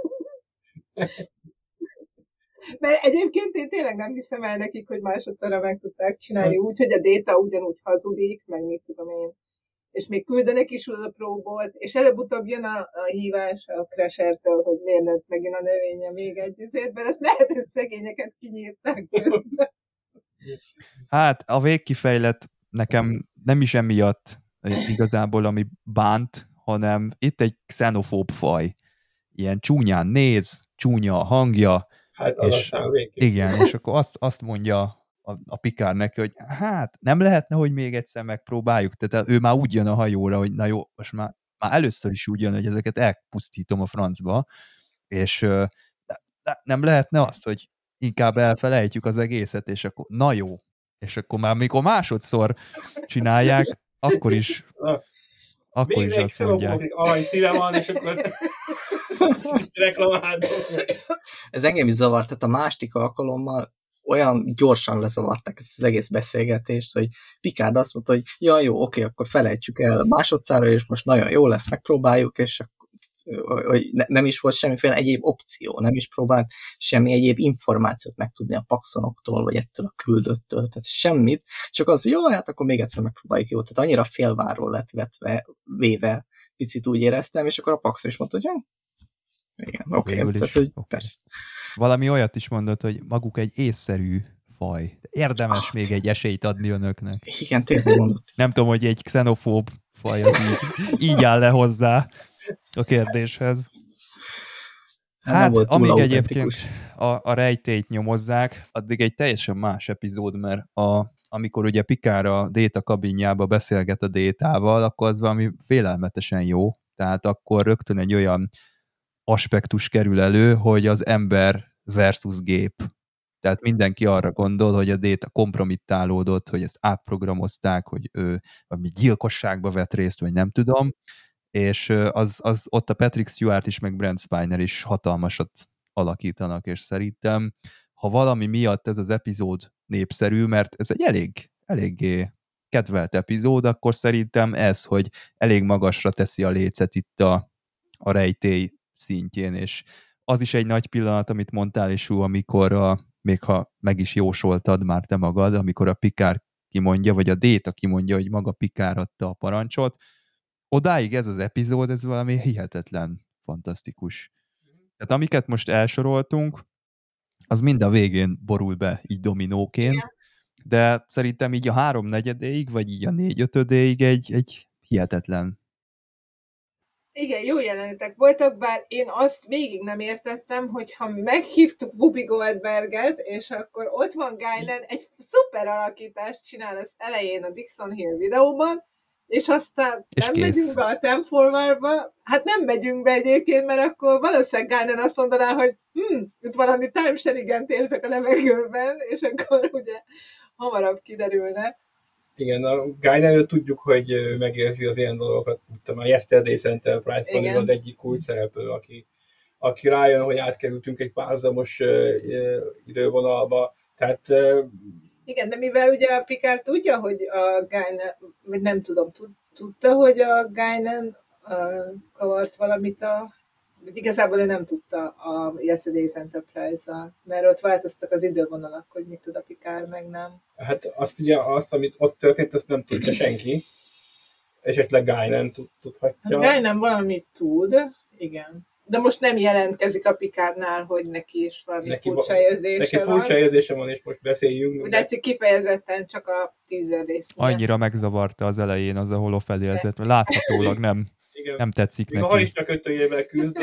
Mert egyébként én tényleg nem hiszem el nekik, hogy másodszorra meg tudták csinálni úgy, hogy a Data ugyanúgy hazudik, meg mit tudom én. És még küldenek is oda próbót, és előbb-utóbb jön a, a hívás a Crashertől, hogy miért nőtt megint a növénye még egy ezért, mert azt lehet, hogy szegényeket kinyírták. Hát a végkifejlet nekem nem is emiatt igazából, ami bánt, hanem itt egy xenofób faj. Ilyen csúnyán néz, csúnya a hangja, hát és igen, és akkor azt, azt mondja a, a Picard neki, hogy hát nem lehetne, hogy még egyszer megpróbáljuk. Tehát ő már úgy jön a hajóra, hogy na jó, most már, már először is úgy jön, hogy ezeket elpusztítom a francba, és de, de nem lehetne azt, hogy inkább elfelejtjük az egészet, és akkor na jó. És akkor már mikor másodszor csinálják, akkor is akkor még is azt mondják. Aj, szíve van, és akkor reklamálnak. Ez engem is zavart, tehát a másik alkalommal olyan gyorsan lezavarták ezt az egész beszélgetést, hogy Picard azt mondta, hogy ja, jó, oké, akkor felejtsük el a másodszára, és most nagyon jó lesz, megpróbáljuk, és akkor hogy ne, nem is volt semmiféle egyéb opció, nem is próbált semmi egyéb információt megtudni a paxonoktól, vagy ettől a küldöttől, tehát semmit, csak az, hogy jó, hát akkor még egyszer megpróbáljuk, jó, tehát annyira félvárról lett vetve, véve, picit úgy éreztem, és akkor a paxon is mondta, hogy ja, igen, oké, okay, tehát, hogy okay. Persze. Valami olyat is mondott, hogy maguk egy észszerű faj. Érdemes ah, még egy esélyt adni önöknek. Igen, tényleg mondott. Nem tudom, hogy egy xenofób faj az így, így áll le hozzá a kérdéshez. Hát, amíg egyébként a, a rejtélyt nyomozzák, addig egy teljesen más epizód, mert a, amikor ugye Picard a Data kabinjába beszélget a Datával, akkor az valami félelmetesen jó. Tehát akkor rögtön egy olyan aspektus kerül elő, hogy az ember versus gép. Tehát mindenki arra gondol, hogy a Data kompromittálódott, hogy ezt átprogramozták, hogy ő valami gyilkosságba vett részt, vagy nem tudom, és az, az ott a Patrick Stewart is, meg Brent Spiner is hatalmasat alakítanak, és szerintem, ha valami miatt ez az epizód népszerű, mert ez egy elég, eléggé kedvelt epizód, akkor szerintem ez, hogy elég magasra teszi a lécet itt a, a rejtély szintjén, és az is egy nagy pillanat, amit mondtál is, amikor a, még ha meg is jósoltad már te magad, amikor a Picard kimondja, vagy a Data kimondja, hogy maga Picard adta a parancsot, odáig ez az epizód, ez valami hihetetlen fantasztikus. Tehát amiket most elsoroltunk, az mind a végén borul be így dominóként, yeah. De szerintem így a háromnegyedéig, vagy így a négy-ötödéig egy, egy hihetetlen. Igen, jó jelenetek voltak, bár én azt végig nem értettem, hogyha meghívtuk Whoopi Goldberget, és akkor ott van Guinan, egy szuper alakítást csinál az elején a Dixon Hill videóban, és aztán és nem kész. Megyünk be a Temp Forwardba. Hát nem megyünk be egyébként, mert akkor valószínűleg Guinan azt mondaná, hogy hm, itt valami time sharing-ent érzek a levegőben, és akkor ugye hamarabb kiderülne. Igen, a Guinan tudjuk, hogy megérzi az ilyen dolgokat. A Yesterday's Enterprise-ban az egyik kulcs szereplő, aki, aki rájön, hogy átkerültünk egy párhuzamos idővonalba. Tehát igen, de mivel ugye a Picard tudja, hogy a Guinan, vagy nem tudom, tudta, hogy a Guinan uh, kavart valamit a, vagy igazából ő nem tudta a Yesterday's Enterprise-zal, mert ott változtak az idővonalak, hogy mit tud a Picard, meg nem. Hát azt ugye, azt, amit ott történt, azt nem tudja senki. esetleg Guy nem tud, tudhatja. Guy nem valamit tud, igen. De most nem jelentkezik a Picardnál, hogy neki is valami neki furcsa érzése neki van. Neki furcsa érzése van, és most beszéljünk. Úgy látszik kifejezetten csak a tízer rész. Annyira megzavarta az elején az a holofedélzet, mert láthatólag nem, nem tetszik Még neki. A harisnya kötőjével küzd.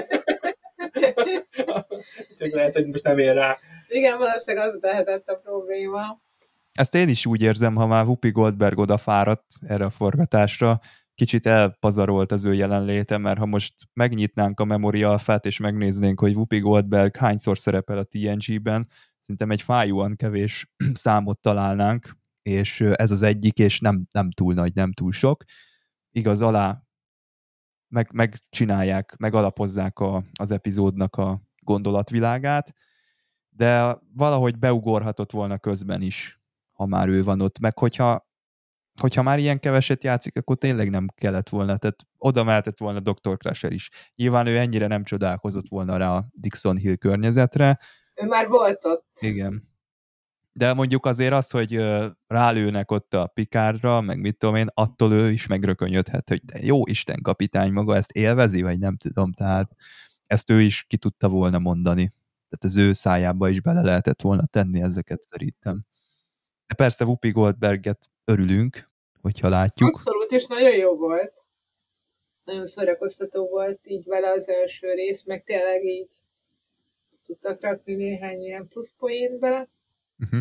Csak lehet, hogy most nem ér rá. Igen, valószínűleg az lehetett a probléma. Ezt én is úgy érzem, ha már Whoopi Goldberg odafáradt erre a forgatásra, kicsit elpazarolt az ő jelenléte, mert ha most megnyitnánk a Memory Alphát, és megnéznénk, hogy Whoopi Goldberg hányszor szerepel a té en gé-ben, szerintem egy fájóan kevés számot találnánk, és ez az egyik, és nem, nem túl nagy, nem túl sok. Igaz, alá meg, megcsinálják, megalapozzák a, az epizódnak a gondolatvilágát, de valahogy beugorhatott volna közben is, ha már ő van ott, meg hogyha hogyha már ilyen keveset játszik, akkor tényleg nem kellett volna, tehát oda mehetett volna doktor Crusher is. Nyilván ő ennyire nem csodálkozott volna rá a Dixon Hill környezetre. Ő már volt ott. Igen. De mondjuk azért az, hogy rálőnek ott a Picardra, meg mit tudom én, attól ő is megrökönyödhet, hogy de jó Isten kapitány maga ezt élvezi, vagy nem tudom, tehát ezt ő is ki tudta volna mondani. Tehát az ő szájába is bele lehetett volna tenni ezeket szerintem. De persze Whoopi Goldberget örülünk, hogyha látjuk. Abszolút, és nagyon jó volt. Nagyon szórakoztató volt így vele az első rész, meg tényleg így tudtak rakni néhány ilyen plusz poént bele. Uh-huh.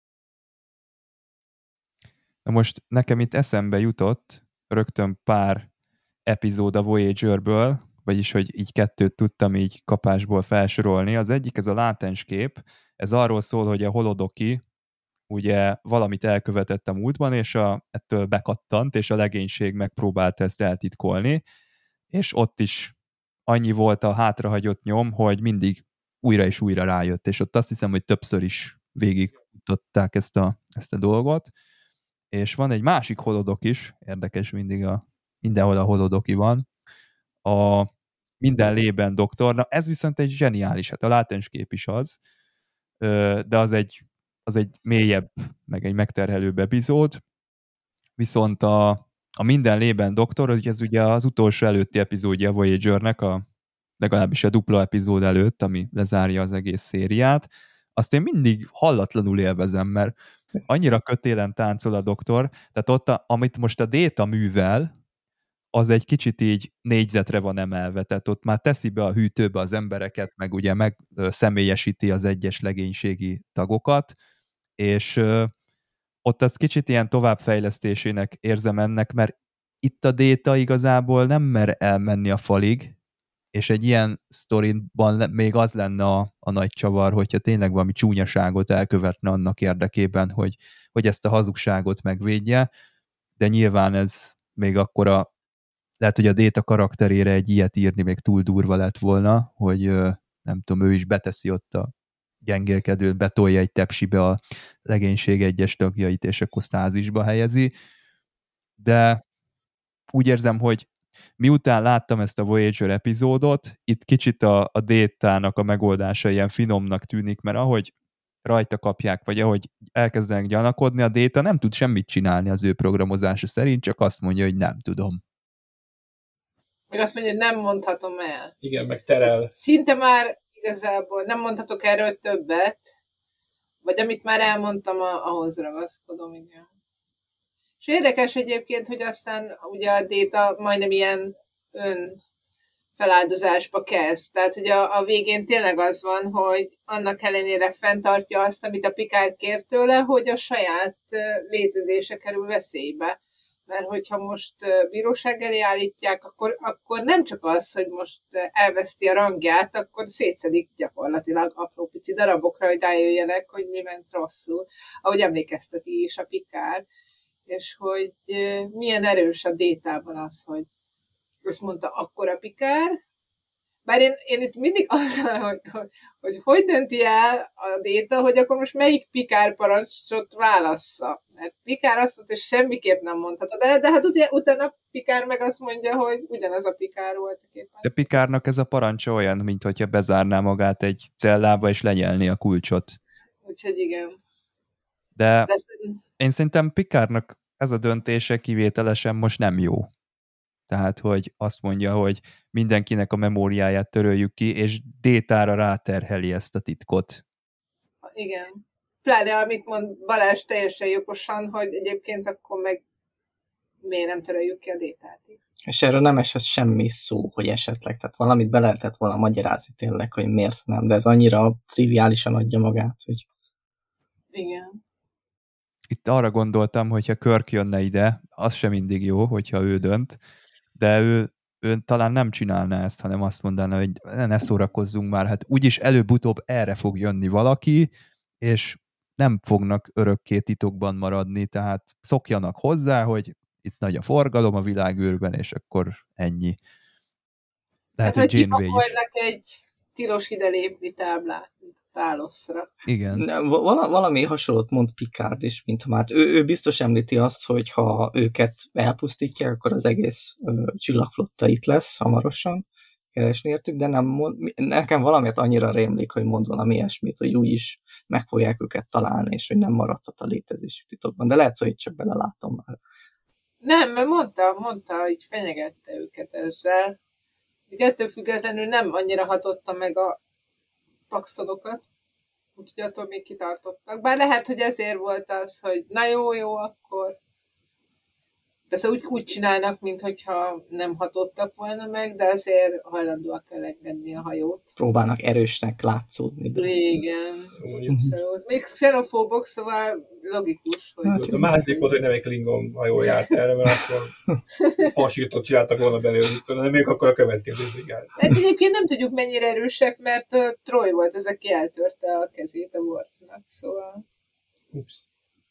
Na most nekem itt eszembe jutott rögtön pár epizód a Voyagerből, vagyis hogy így kettőt tudtam így kapásból felsorolni. Az egyik, ez a látens kép, ez arról szól, hogy a holodoki ugye valamit elkövetett a múltban, és a, ettől bekattant, és a legénység megpróbálta ezt eltitkolni, és ott is annyi volt a hátrahagyott nyom, hogy mindig újra és újra rájött, és ott azt hiszem, hogy többször is végigmutatták ezt a, ezt a dolgot, és van egy másik holodok is, érdekes mindig a, mindenhol a holodoki van, a Minden lében doktor, na ez viszont egy zseniális, hát a látens kép is az, de az egy az egy mélyebb, meg egy megterhelőbb epizód, viszont a, a Minden lében doktor, ez ugye az utolsó előtti epizódja a Voyagernek, a, legalábbis a dupla epizód előtt, ami lezárja az egész szériát, azt én mindig hallatlanul élvezem, mert annyira kötélen táncol a doktor, tehát ott, a, amit most a Déta művel, az egy kicsit így négyzetre van emelve, tehát ott már teszi be a hűtőbe az embereket, meg ugye meg személyesíti az egyes legénységi tagokat, és ö, ott az kicsit ilyen továbbfejlesztésének érzem ennek, mert itt a Déta igazából nem mer elmenni a falig, és egy ilyen sztoriban le, még az lenne a, a nagy csavar, hogyha tényleg valami csúnyaságot elkövetne annak érdekében, hogy, hogy ezt a hazugságot megvédje, de nyilván ez még akkor a lehet, hogy a Déta karakterére egy ilyet írni még túl durva lett volna, hogy ö, nem tudom, ő is beteszi ott a gyengélkedőt, betolja egy tepsibe a legénység egyes tagjait, és akkor sztázisba helyezi. De úgy érzem, hogy miután láttam ezt a Voyager epizódot, itt kicsit a, a Détának a megoldása ilyen finomnak tűnik, mert ahogy rajta kapják, vagy ahogy elkezdenek gyanakodni, a Déta nem tud semmit csinálni az ő programozása szerint, csak azt mondja, hogy nem tudom. Még azt mondja, hogy nem mondhatom el. Igen, meg terel. Szinte már igazából nem mondhatok erről többet, vagy amit már elmondtam, ahhoz ragaszkodom, igen. És érdekes egyébként, hogy aztán ugye a Déta majdnem ilyen ön feláldozásba kezd. Tehát, hogy a, a végén tényleg az van, hogy annak ellenére fenntartja azt, amit a Picard kér tőle, hogy a saját létezése kerül veszélybe. Mert hogyha most bíróság elé állítják, akkor, akkor nem csak az, hogy most elveszti a rangját, akkor szétszedik gyakorlatilag apró pici darabokra, hogy rájöjjenek, hogy mi ment rosszul. Ahogy emlékezteti is a Picard. És hogy milyen erős a Détában az, hogy azt mondta akkor a Picard. Bár én, én itt mindig azzal, hogy, hogy, hogy hogy dönti el a Déta, hogy akkor most melyik Picard parancsot válassza. Mert Picard azt mondta, hogy semmiképp nem mondhatod el, de hát ugye utána Picard meg azt mondja, hogy ugyanaz a Picard volt. De Picardnak ez a parancsa olyan, mint hogyha bezárná magát egy cellába és lenyelni a kulcsot. Úgyhogy igen. De, de én szerintem Picardnak ez a döntése kivételesen most nem jó. Tehát, hogy azt mondja, hogy mindenkinek a memóriáját töröljük ki, és détára ráterheli ezt a titkot. Igen. Pláne, amit mond Balázs teljesen jogosan, hogy egyébként akkor meg miért nem töröljük ki a détát is. És erről nem esett semmi szó, hogy esetleg, tehát valamit be lehetett volna magyarázni tényleg, hogy miért nem, de ez annyira triviálisan adja magát, hogy... Igen. Itt arra gondoltam, hogyha Kirk jönne ide, az sem mindig jó, hogyha ő dönt, de ő, ő talán nem csinálná ezt, hanem azt mondaná, hogy ne, ne szórakozzunk már, hát úgyis előbb-utóbb erre fog jönni valaki, és nem fognak örökké titokban maradni, tehát szokjanak hozzá, hogy itt nagy a forgalom a világűrben, és akkor ennyi. Lehet, hát, hogy Janeway is. egy tilos ide lépni táblát, mint a Táloszra. Igen. Val- valami hasonlót mond Picard is, mint már ő, ő biztos említi azt, hogy ha őket elpusztítják, akkor az egész ö, csillagflotta itt lesz hamarosan, keresni értük, de nem mond, nekem valamiért annyira rémlik, hogy mond valami ilyesmit, hogy úgyis meg fogják őket találni, és hogy nem maradhat a létezésük titokban, de lehet, hogy itt csak belelátom már. Nem, mert mondta, mondta, hogy fenyegette őket ezzel. De ettől függetlenül nem annyira hatotta meg a paxonokat, úgyhogy attól még kitartottak. Bár lehet, hogy ezért volt az, hogy na jó, jó, akkor persze úgy, úgy csinálnak, mintha nem hatottak volna meg, de azért hajlandóak elengedni a hajót. Próbálnak erősnek látszódni. De... Igen. Abszolút. Még xenofóbok, szóval logikus, hogy... Hát, a második volt, hogy nem egy Klingon hajó járt erre, mert akkor fasítót csináltak volna belőlük, de még akkor a következő brigád. Hát egyébként nem tudjuk, mennyire erősek, mert uh, Troy volt az, aki eltörte a kezét a Worfnak, szóval... Ups.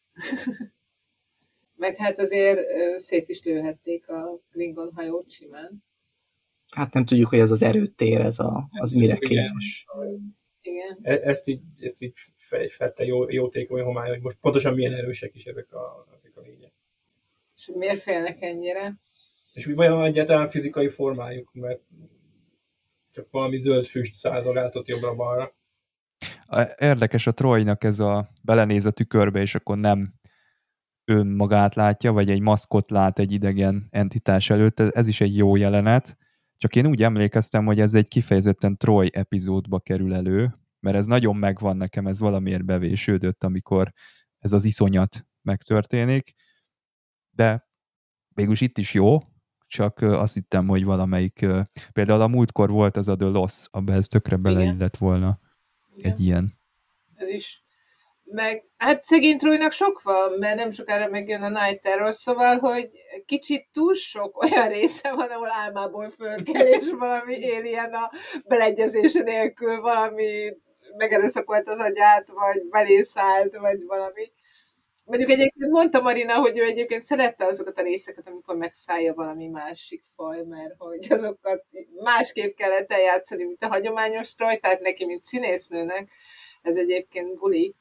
Meg hát azért uh, szét is lőhették a Klingon hajót simán. Hát nem tudjuk, hogy ez az erőtér, ez a, az mire képes. Igen. E- ezt így, ezt így fette jó, jótékony homály, hogy most pontosan milyen erősek is ezek a, ezek a lények. És miért félnek ennyire? És mi vajon egyáltalán fizikai formájuk, mert csak valami zöld füst szállogáltott jobbra-balra. Érdekes a Troynak ez a belenéz a tükörbe, és akkor nem önmagát látja, vagy egy maszkot lát egy idegen entitás előtt. Ez is egy jó jelenet. Csak én úgy emlékeztem, hogy ez egy kifejezetten Troy epizódba kerül elő, mert ez nagyon megvan nekem, ez valamiért bevésődött, amikor ez az iszonyat megtörténik. De végülis itt is jó, csak azt hittem, hogy valamelyik, például a múltkor volt az a The Loss, abba ez tökre beleillett volna. Igen. Egy ilyen. Ez is. Meg, hát szegény Troynak sok van, mert nem sokára megjön a Night Terror, szóval, hogy kicsit túl sok olyan része van, ahol álmából föl kell, és valami alien a beleegyezése nélkül, valami megerőszakolt az agyát, vagy belészállt, vagy valami. Mondjuk egyébként mondta Marina, hogy ő egyébként szerette azokat a részeket, amikor megszállja valami másik faj, mert hogy azokat másképp kellett eljátszani, mint a hagyományos Troy, tehát neki, mint színésznőnek, ez egyébként buli.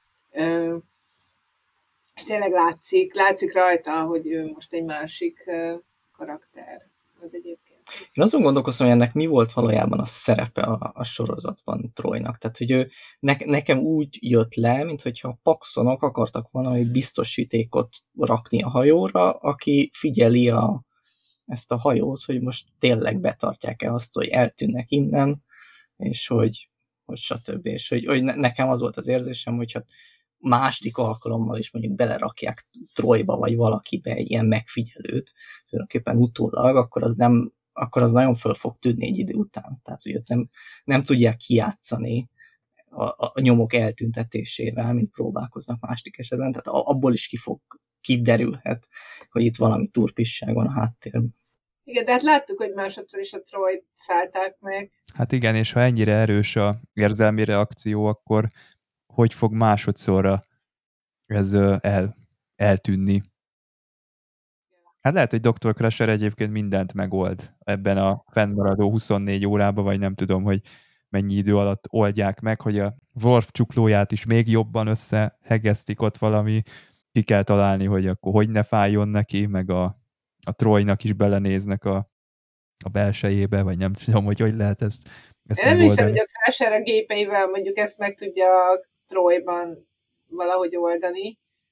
És tényleg látszik, látszik rajta, hogy ő most egy másik karakter. Az egyébként. Én azon gondolkozom, hogy ennek mi volt valójában a szerepe a, a sorozatban Troynak. Tehát, hogy ő ne, nekem úgy jött le, mint hogyha a paxonok akartak valami biztosítékot rakni a hajóra, aki figyeli a, ezt a hajót, hogy most tényleg betartják-e azt, hogy eltűnnek innen, és hogy, hogy stb. És hogy, hogy nekem az volt az érzésem, hogyha második alkalommal is mondjuk belerakják Troyba, vagy valakibe egy ilyen megfigyelőt, tulajdonképpen utólag, akkor az nem akkor az nagyon föl fog tűnni egy idő után. Tehát, hogy nem, nem tudják kijátszani a, a nyomok eltüntetésével, mint próbálkoznak másik esetben. Tehát abból is ki fog, kiderülhet, hogy itt valami turpisság van a háttérben. Igen, de hát láttuk, hogy másodszor is a Troyt szállták meg. Hát igen, és ha ennyire erős a érzelmi reakció, akkor hogy fog másodszorra ez el, eltűnni? Hát lehet, hogy doktor Crusher egyébként mindent megold ebben a fennmaradó huszonnégy órában, vagy nem tudom, hogy mennyi idő alatt oldják meg, hogy a Worf csuklóját is még jobban összehegesztik ott valami, ki kell találni, hogy akkor hogy ne fájjon neki, meg a, a Troynak is belenéznek a, a belsejébe, vagy nem tudom, hogy hogy lehet ezt, ezt Én nem hiszem, hogy megoldani. a Crusher a gépeivel mondjuk ezt meg tudja a Troyban valahogy oldani,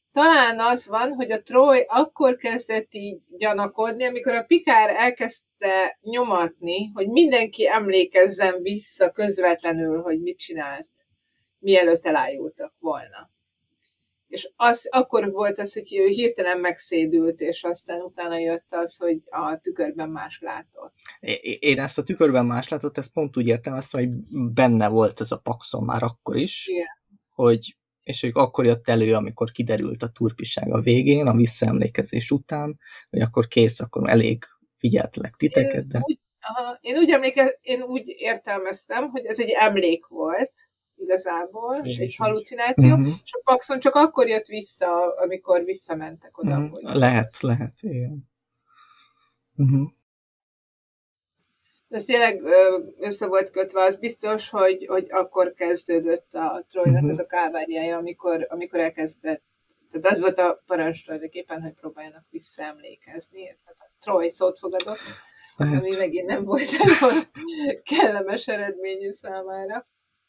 talán az van, hogy a Troy akkor kezdett így gyanakodni, amikor a Picard elkezdte nyomatni, hogy mindenki emlékezzen vissza közvetlenül, hogy mit csinált, mielőtt elájultak volna. És az, akkor volt az, hogy hirtelen megszédült, és aztán utána jött az, hogy a tükörben más látott. Én ezt a tükörben más látott, ezt pont úgy értem azt, hogy benne volt ez a Paxson már akkor is, igen. hogy és ők akkor jött elő, amikor kiderült a turpiság a végén, a visszaemlékezés után, hogy akkor kész, akkor elég figyeltlek titeket. De... Én, úgy, aha, én, úgy emlékez, én úgy értelmeztem, hogy ez egy emlék volt, igazából, én egy halucináció, uh-huh. és a Paxson csak akkor jött vissza, amikor visszamentek oda. Uh-huh. Hogy lehet, az. lehet, igen. Uh-huh. Ez tényleg össze volt kötve, az biztos, hogy, hogy akkor kezdődött a Troynak uh-huh. ez a káváriája, amikor, amikor elkezdett. Tehát az volt a parancs tulajdonképpen, hogy próbáljanak visszaemlékezni. Tehát a Troy szót fogadott, lehet. Ami megint nem volt nagyon kellemes eredményű számára.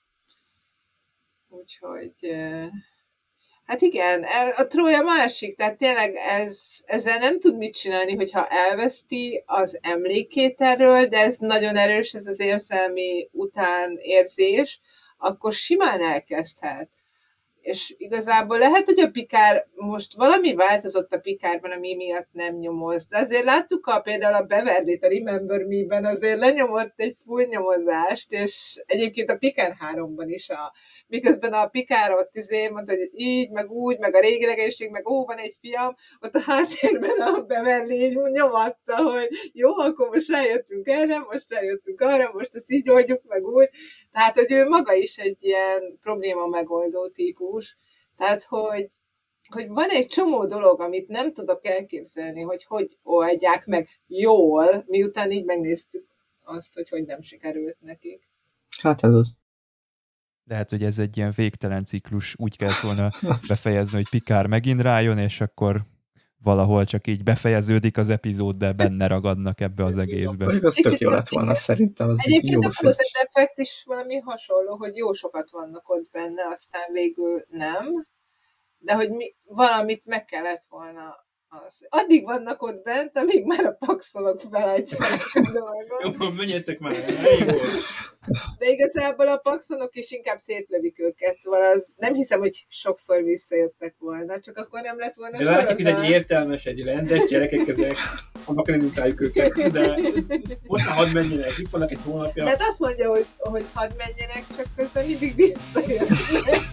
Úgyhogy, hát igen, a Troy a másik, tehát tényleg ez, ezzel nem tud mit csinálni, hogyha elveszti az emlékét erről, de ez nagyon erős, ez az érzelmi utánérzés, akkor simán elkezdhet. És igazából lehet, hogy a Picard, most valami változott a Picardban, ami miatt nem nyomoz, de azért láttuk a, például a Beverly-t, a Remember Me-ben azért lenyomott egy full nyomozást, és egyébként a Picard háromban is, a, miközben a Picard ott izé mondta, hogy így, meg úgy, meg a régi legénység, meg ó, van egy fiam, ott a háttérben a Beverly így nyomatta, hogy jó, akkor most rájöttünk erre, most rájöttünk arra, most ezt így oldjuk, meg úgy. Tehát, hogy ő maga is egy ilyen probléma megoldó típus. Tehát, hogy, hogy van egy csomó dolog, amit nem tudok elképzelni, hogy hogy oldják meg jól, miután így megnéztük azt, hogy hogy nem sikerült nekik. Hát ez az. Lehet, hogy ez egy ilyen végtelen ciklus, úgy kellett volna befejezni, hogy Picard megint rájön, és akkor valahol csak így befejeződik az epizód, de benne ragadnak ebbe az egészbe. Vagy az tök jó lett volna szerintem. Az egyébként a Closed Effect is valami hasonló, hogy jó sokat vannak ott benne, aztán végül nem, de hogy mi, valamit meg kellett volna az. Addig vannak ott bent, amíg már a Paxonok feladják a dolgot. Jó, menjetek már, elég volt. De igazából a Paxonok is inkább szétlövik őket, szóval az nem hiszem, hogy sokszor visszajöttek volna, csak akkor nem lett volna de látjuk, hogy egy értelmes, egy rendes gyerekek ezek, annak nem utáljuk őket, de most már hadd menjenek, itt vannak egy hónapja. Hát azt mondja, hogy, hogy hadd menjenek, csak közben mindig visszajönnek.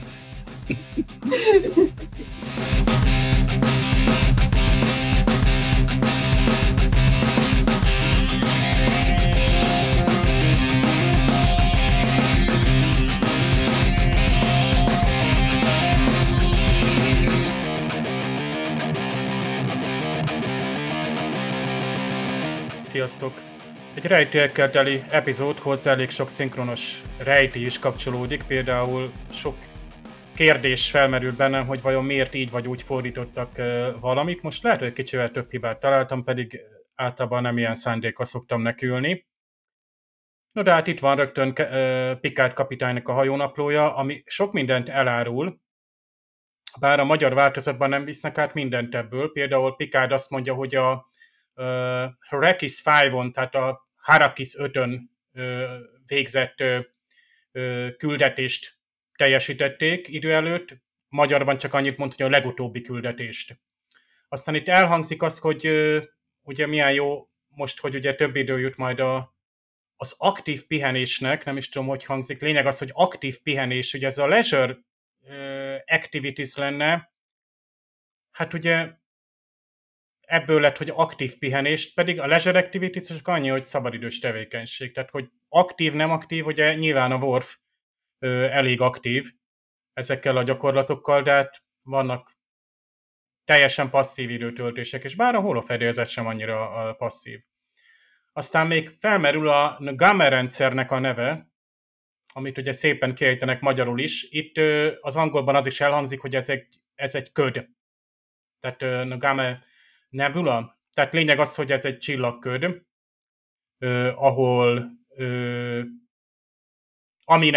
Sziasztok! Egy rejtélyekkel teli epizódhoz elég sok szinkronos rejtély is kapcsolódik, például sok kérdés felmerült bennem, hogy vajon miért így vagy úgy fordítottak valamit. Most lehet, hogy kicsivel több hibát találtam, pedig általában nem ilyen szándékkal szoktam nekiülni. No de hát itt van rögtön Picard kapitánynak a hajónaplója, ami sok mindent elárul, bár a magyar változatban nem visznek át mindent ebből. Például Picard azt mondja, hogy a Uh, Harakis ötön, tehát a Harakis ötön uh, végzett uh, uh, küldetést teljesítették idő előtt, magyarban csak annyit mondta, hogy a legutóbbi küldetést. Aztán itt elhangzik az, hogy uh, ugye milyen jó most, hogy ugye több idő jut majd a, az aktív pihenésnek, nem is tudom, hogy hangzik, lényeg az, hogy aktív pihenés, ugye ez a leisure uh, activities lenne, hát ugye ebből lett, hogy aktív pihenés, pedig a leisure activities csak annyi, hogy szabadidős tevékenység. Tehát, hogy aktív, nem aktív, ugye nyilván a Worf ö, elég aktív ezekkel a gyakorlatokkal, de hát vannak teljesen passzív időtöltések, és bár a holofedélzet sem annyira a passzív. Aztán még felmerül a Ngame rendszernek a neve, amit ugye szépen kiejtenek magyarul is. Itt ö, az angolban az is elhangzik, hogy ez egy, ez egy köd. Tehát ö, Ngame Nebula. Tehát lényeg az, hogy ez egy csillagköd, eh, ahol eh, aminek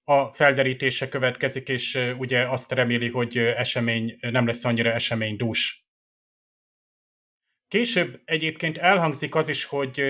a felderítése következik, és ugye azt reméli, hogy esemény, nem lesz annyira eseménydús. Később egyébként elhangzik az is, hogy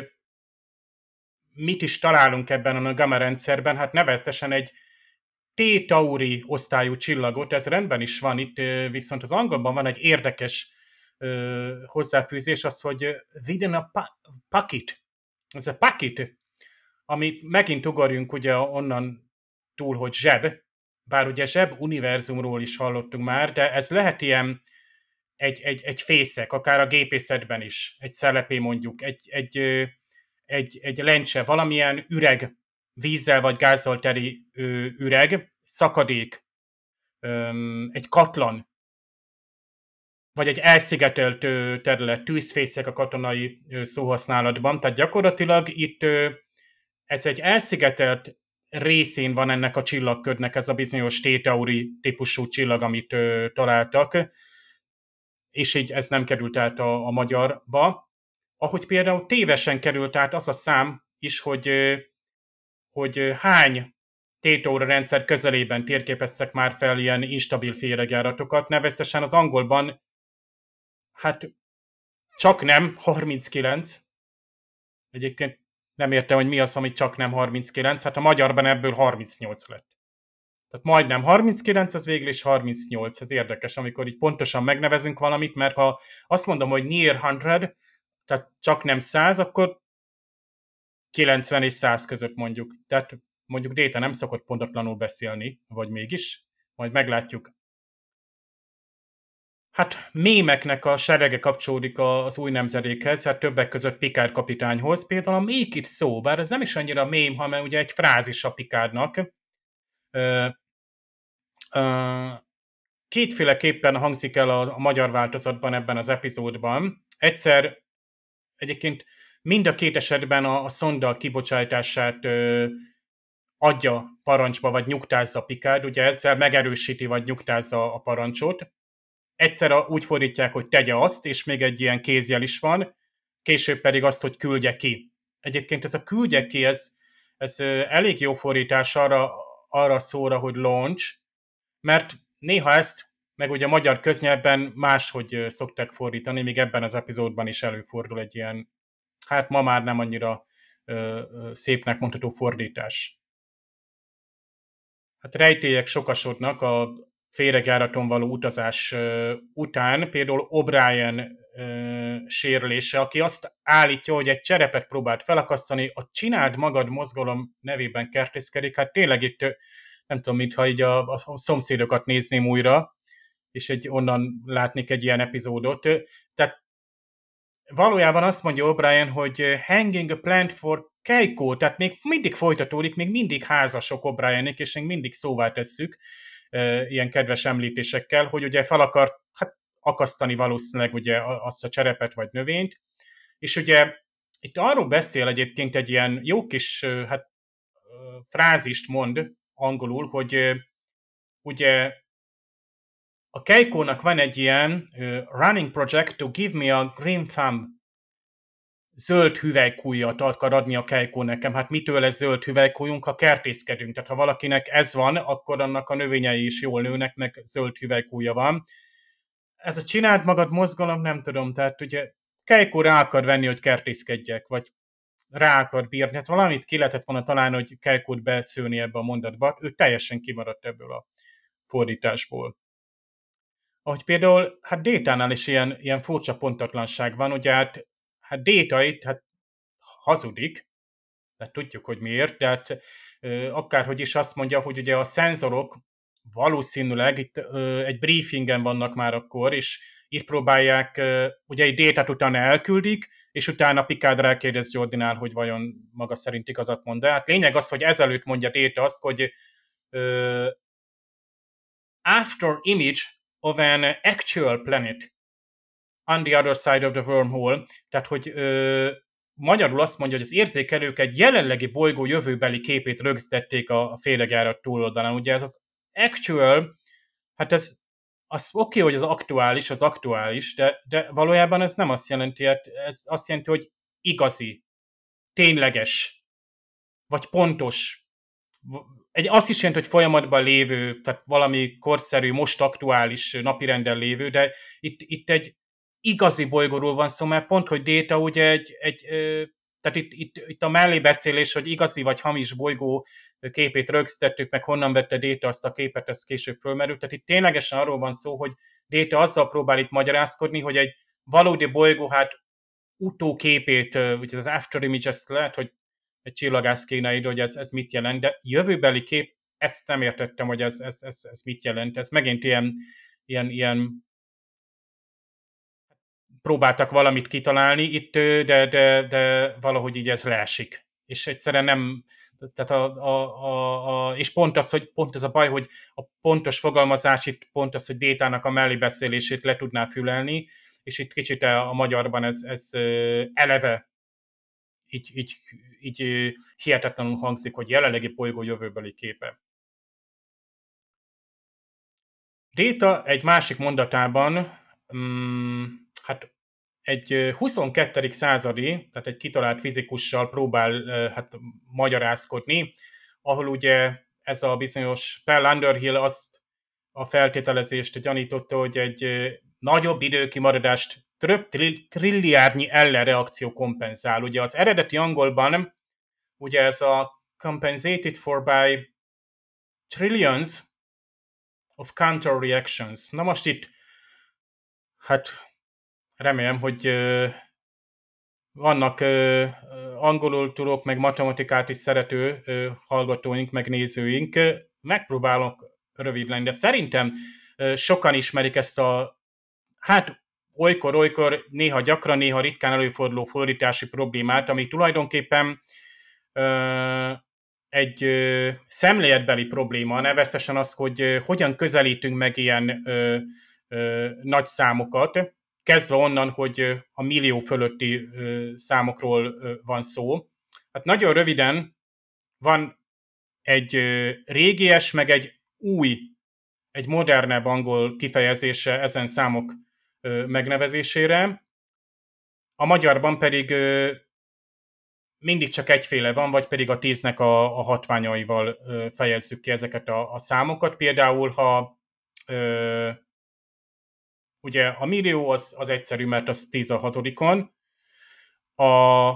mit is találunk ebben a Gamma rendszerben, hát nevezetesen egy T Tauri osztályú csillagot, ez rendben is van itt, viszont az angolban van egy érdekes hozzáfűzés, az, hogy within a packet, ez a packet, ami megint ugorjunk ugye onnan túl, hogy zseb, bár ugye zseb univerzumról is hallottunk már, de ez lehet ilyen egy, egy, egy fészek, akár a gépészetben is, egy szelepé mondjuk, egy, egy, egy, egy lencse, valamilyen üreg, vízzel vagy gázzal teli üreg, szakadék, egy katlan, vagy egy elszigetelt terület, tűzfészek a katonai szóhasználatban. Tehát gyakorlatilag itt ez egy elszigetelt részén van ennek a csillagködnek, ez a bizonyos T Tauri típusú csillag, amit találtak, és így ez nem került át a, a magyarba. Ahogy például tévesen került át az a szám is, hogy, hogy hány T Tauri rendszer közelében térképeztek már fel ilyen instabil féregjáratokat, nevezetesen az angolban hát csak nem harminckilenc. Egyébként nem értem, hogy mi az, ami csak nem harminckilenc, hát a magyarban ebből harmincnyolc lett. Tehát majdnem harminckilenc, az végül is harmincnyolc. Ez érdekes, amikor így pontosan megnevezünk valamit, mert ha azt mondom, hogy near száz, tehát csak nem száz, akkor kilencven és száz között mondjuk. Tehát mondjuk Déta nem szokott pontatlanul beszélni, vagy mégis. Majd meglátjuk. Hát mémeknek a serege kapcsolódik az új nemzedékhez, hát többek között Picard kapitányhoz. Például a Make it so, bár ez nem is annyira mém, hanem ugye egy frázis a Picardnak. Kétféleképpen hangzik el a, a magyar változatban ebben az epizódban. Egyszer egyébként mind a két esetben a, a szonda kibocsátását ö, adja parancsba, vagy nyugtázza Picard, ugye ezzel megerősíti, vagy nyugtázza a parancsot. Egyszer úgy fordítják, hogy tegye azt, és még egy ilyen kézjel is van, később pedig azt, hogy küldje ki. Egyébként ez a küldje ki, ez, ez elég jó fordítás arra, arra szóra, hogy launch, mert néha ezt, meg ugye a magyar köznyelvben máshogy szokták fordítani, még ebben az epizódban is előfordul egy ilyen, hát ma már nem annyira ö, szépnek mondható fordítás. Hát rejtélyek sokasodnak a féregjáraton való utazás ö, után, például O'Brien ö, sérülése, aki azt állítja, hogy egy cserepet próbált felakasztani, a Csináld magad mozgalom nevében kertészkedik, hát tényleg itt nem tudom, mintha így a, a szomszédokat nézném újra, és egy, onnan látnék egy ilyen epizódot. Tehát valójában azt mondja O'Brien, hogy hanging a plant for Keiko, tehát még mindig folytatódik, még mindig házasok O'Brienek, és még mindig szóvá tesszük ilyen kedves említésekkel, hogy ugye fel akart hát, akasztani valószínűleg ugye azt a cserepet vagy növényt, és ugye itt arról beszél egyébként egy ilyen jó kis hát, frázist mond angolul, hogy ugye a Keikónak van egy ilyen uh, running project to give me a green thumb, zöld hüvelykújjat akar adni a Keikó nekem. Hát mitől ez zöld hüvelykújunk, ha kertészkedünk? Tehát ha valakinek ez van, akkor annak a növényei is jól nőnek, meg zöld hüvelykújja van. Ez a Csináld magad mozgalom, nem tudom, tehát ugye Keikó rá akar venni, hogy kertészkedjek, vagy rá akar bírni. Hát valamit ki lehetett volna találni, hogy Keikót beszélni ebbe a mondatba. Ő teljesen kimaradt ebből a fordításból. Ahogy például, hát Détánál is ilyen, ilyen furcsa pontatlanság van, ugye hát, hát Déta itt hát hazudik, tehát tudjuk, hogy miért, de hát akárhogy is azt mondja, hogy ugye a szenzorok valószínűleg itt ö, egy briefingen vannak már akkor, és itt próbálják, ö, ugye egy Détát utána elküldik, és utána Picard rákérdez Jordinnál, hogy vajon maga szerint igazat mond. De hát lényeg az, hogy ezelőtt mondja Déta azt, hogy ö, after image of an actual planet on the other side of the wormhole, tehát hogy ö, magyarul azt mondja, hogy az érzékelők egy jelenlegi bolygó jövőbeli képét rögzítették a, a féregjárat túloldalán. Ugye ez az actual, hát ez az oké, okay, hogy az aktuális, az aktuális, de, de valójában ez nem azt jelenti, hát ez azt jelenti, hogy igazi, tényleges, vagy pontos, egy, azt is jelenti, hogy folyamatban lévő, tehát valami korszerű, most aktuális napirenden lévő, de itt, itt egy igazi bolygóról van szó, mert pont, hogy Data ugye egy, egy tehát itt, itt, itt a mellébeszélés, hogy igazi vagy hamis bolygó képét rögzítettük, meg honnan vette Data azt a képet, ez később fölmerült. Tehát itt ténylegesen arról van szó, hogy Data azzal próbál itt magyarázkodni, hogy egy valódi bolygó, hát utóképét, ugye az after image, ezt lehet, hogy egy csillagász kéne ide, hogy ez, ez mit jelent, de jövőbeli kép, ezt nem értettem, hogy ez, ez, ez, ez mit jelent. Ez megint ilyen, ilyen, ilyen próbáltak valamit kitalálni itt, de, de, de valahogy így ez leesik. És egyszerűen nem, tehát a, a, a, a, és pont az, hogy pont ez a baj, hogy a pontos fogalmazás itt pont az, hogy Détának a mellébeszélését le tudná fülelni, és itt kicsit a, a magyarban ez, ez eleve így, így, így hihetetlenül hangzik, hogy jelenlegi bolygó jövőbeli képe. Data egy másik mondatában, um, hát egy huszonkettő századi, tehát egy kitalált fizikussal próbál hát, magyarázkodni, ahol ugye ez a bizonyos Pell Underhill azt a feltételezést gyanította, hogy egy nagyobb időkimaradást több trilliárnyi ellenreakció kompenzál. Ugye az eredeti angolban ugye ez a compensated for by trillions of counter reactions. Na most itt, hát remélem, hogy uh, vannak uh, angolul tudók, meg matematikát is szerető uh, hallgatóink, meg nézőink. Megpróbálok rövid lenni, de szerintem uh, sokan ismerik ezt a, hát olykor-olykor, néha gyakran, néha ritkán előforduló fordítási problémát, ami tulajdonképpen uh, egy uh, szemléletbeli probléma, nevezetesen az, hogy uh, hogyan közelítünk meg ilyen uh, uh, nagy számokat, kezdve onnan, hogy a millió fölötti uh, számokról uh, van szó. Hát nagyon röviden van egy uh, régies, meg egy új, egy modernebb angol kifejezése ezen számok uh, megnevezésére. A magyarban pedig uh, mindig csak egyféle van, vagy pedig a tíznek a, a hatványaival uh, fejezzük ki ezeket a, a számokat. Például, ha uh, ugye a millió az, az egyszerű, mert az tíz a hatodikon, a,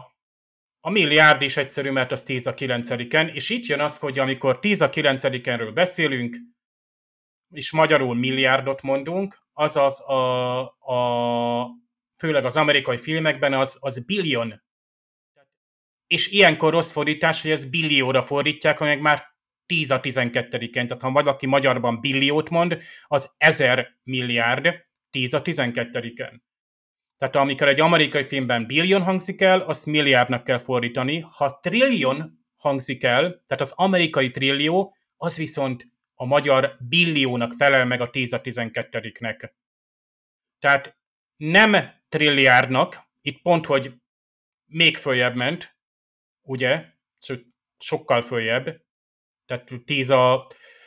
a milliárd is egyszerű, mert az tíz a kilencediken, és itt jön az, hogy amikor tíz a kilencedikenről beszélünk, és magyarul milliárdot mondunk, azaz a, a, főleg az amerikai filmekben az, az billion. És ilyenkor rossz fordítás, hogy ez billióra fordítják, meg már tíz a tizenkettediken. Tehát ha valaki magyarban billiót mond, az ezer milliárd, tíz a tizenkettediken. Tehát amikor egy amerikai filmben billion hangzik el, azt milliárdnak kell fordítani. Ha trillion hangzik el, tehát az amerikai trillió, az viszont a magyar billiónak felel meg a tíz a tizenkettediknek. Tehát nem trilliárdnak, itt pont, hogy még följebb ment, ugye, sokkal följebb, tehát tíz a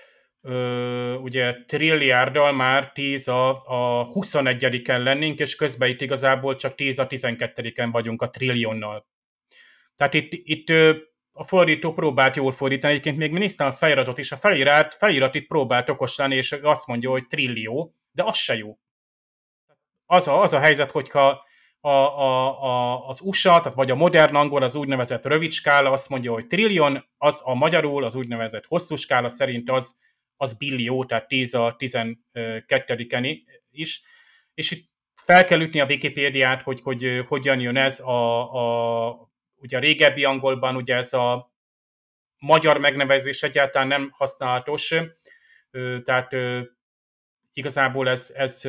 Ö, ugye trilliárddal már tíz a, a huszonegyediken lennénk, és közben itt igazából csak tíz a tizenkettediken vagyunk a trillionnal. Tehát itt, itt a fordító próbált jól fordítani, egyébként még néztem a feliratot is, a felirat, felirat itt próbált okos lenni, és azt mondja, hogy trillió, de az se jó. Az a, az a helyzet, hogyha a, a, a, az u es á, tehát vagy a modern angol, az úgynevezett rövid skála azt mondja, hogy trillion, az a magyarul, az úgynevezett hosszú skála szerint az az billió, tehát tíz a tizenkettediken is, és itt fel kell ütni a Wikipédiát, hogy, hogy hogyan jön ez a, a, ugye a régebbi angolban, ugye ez a magyar megnevezés egyáltalán nem használatos, tehát igazából ez, ez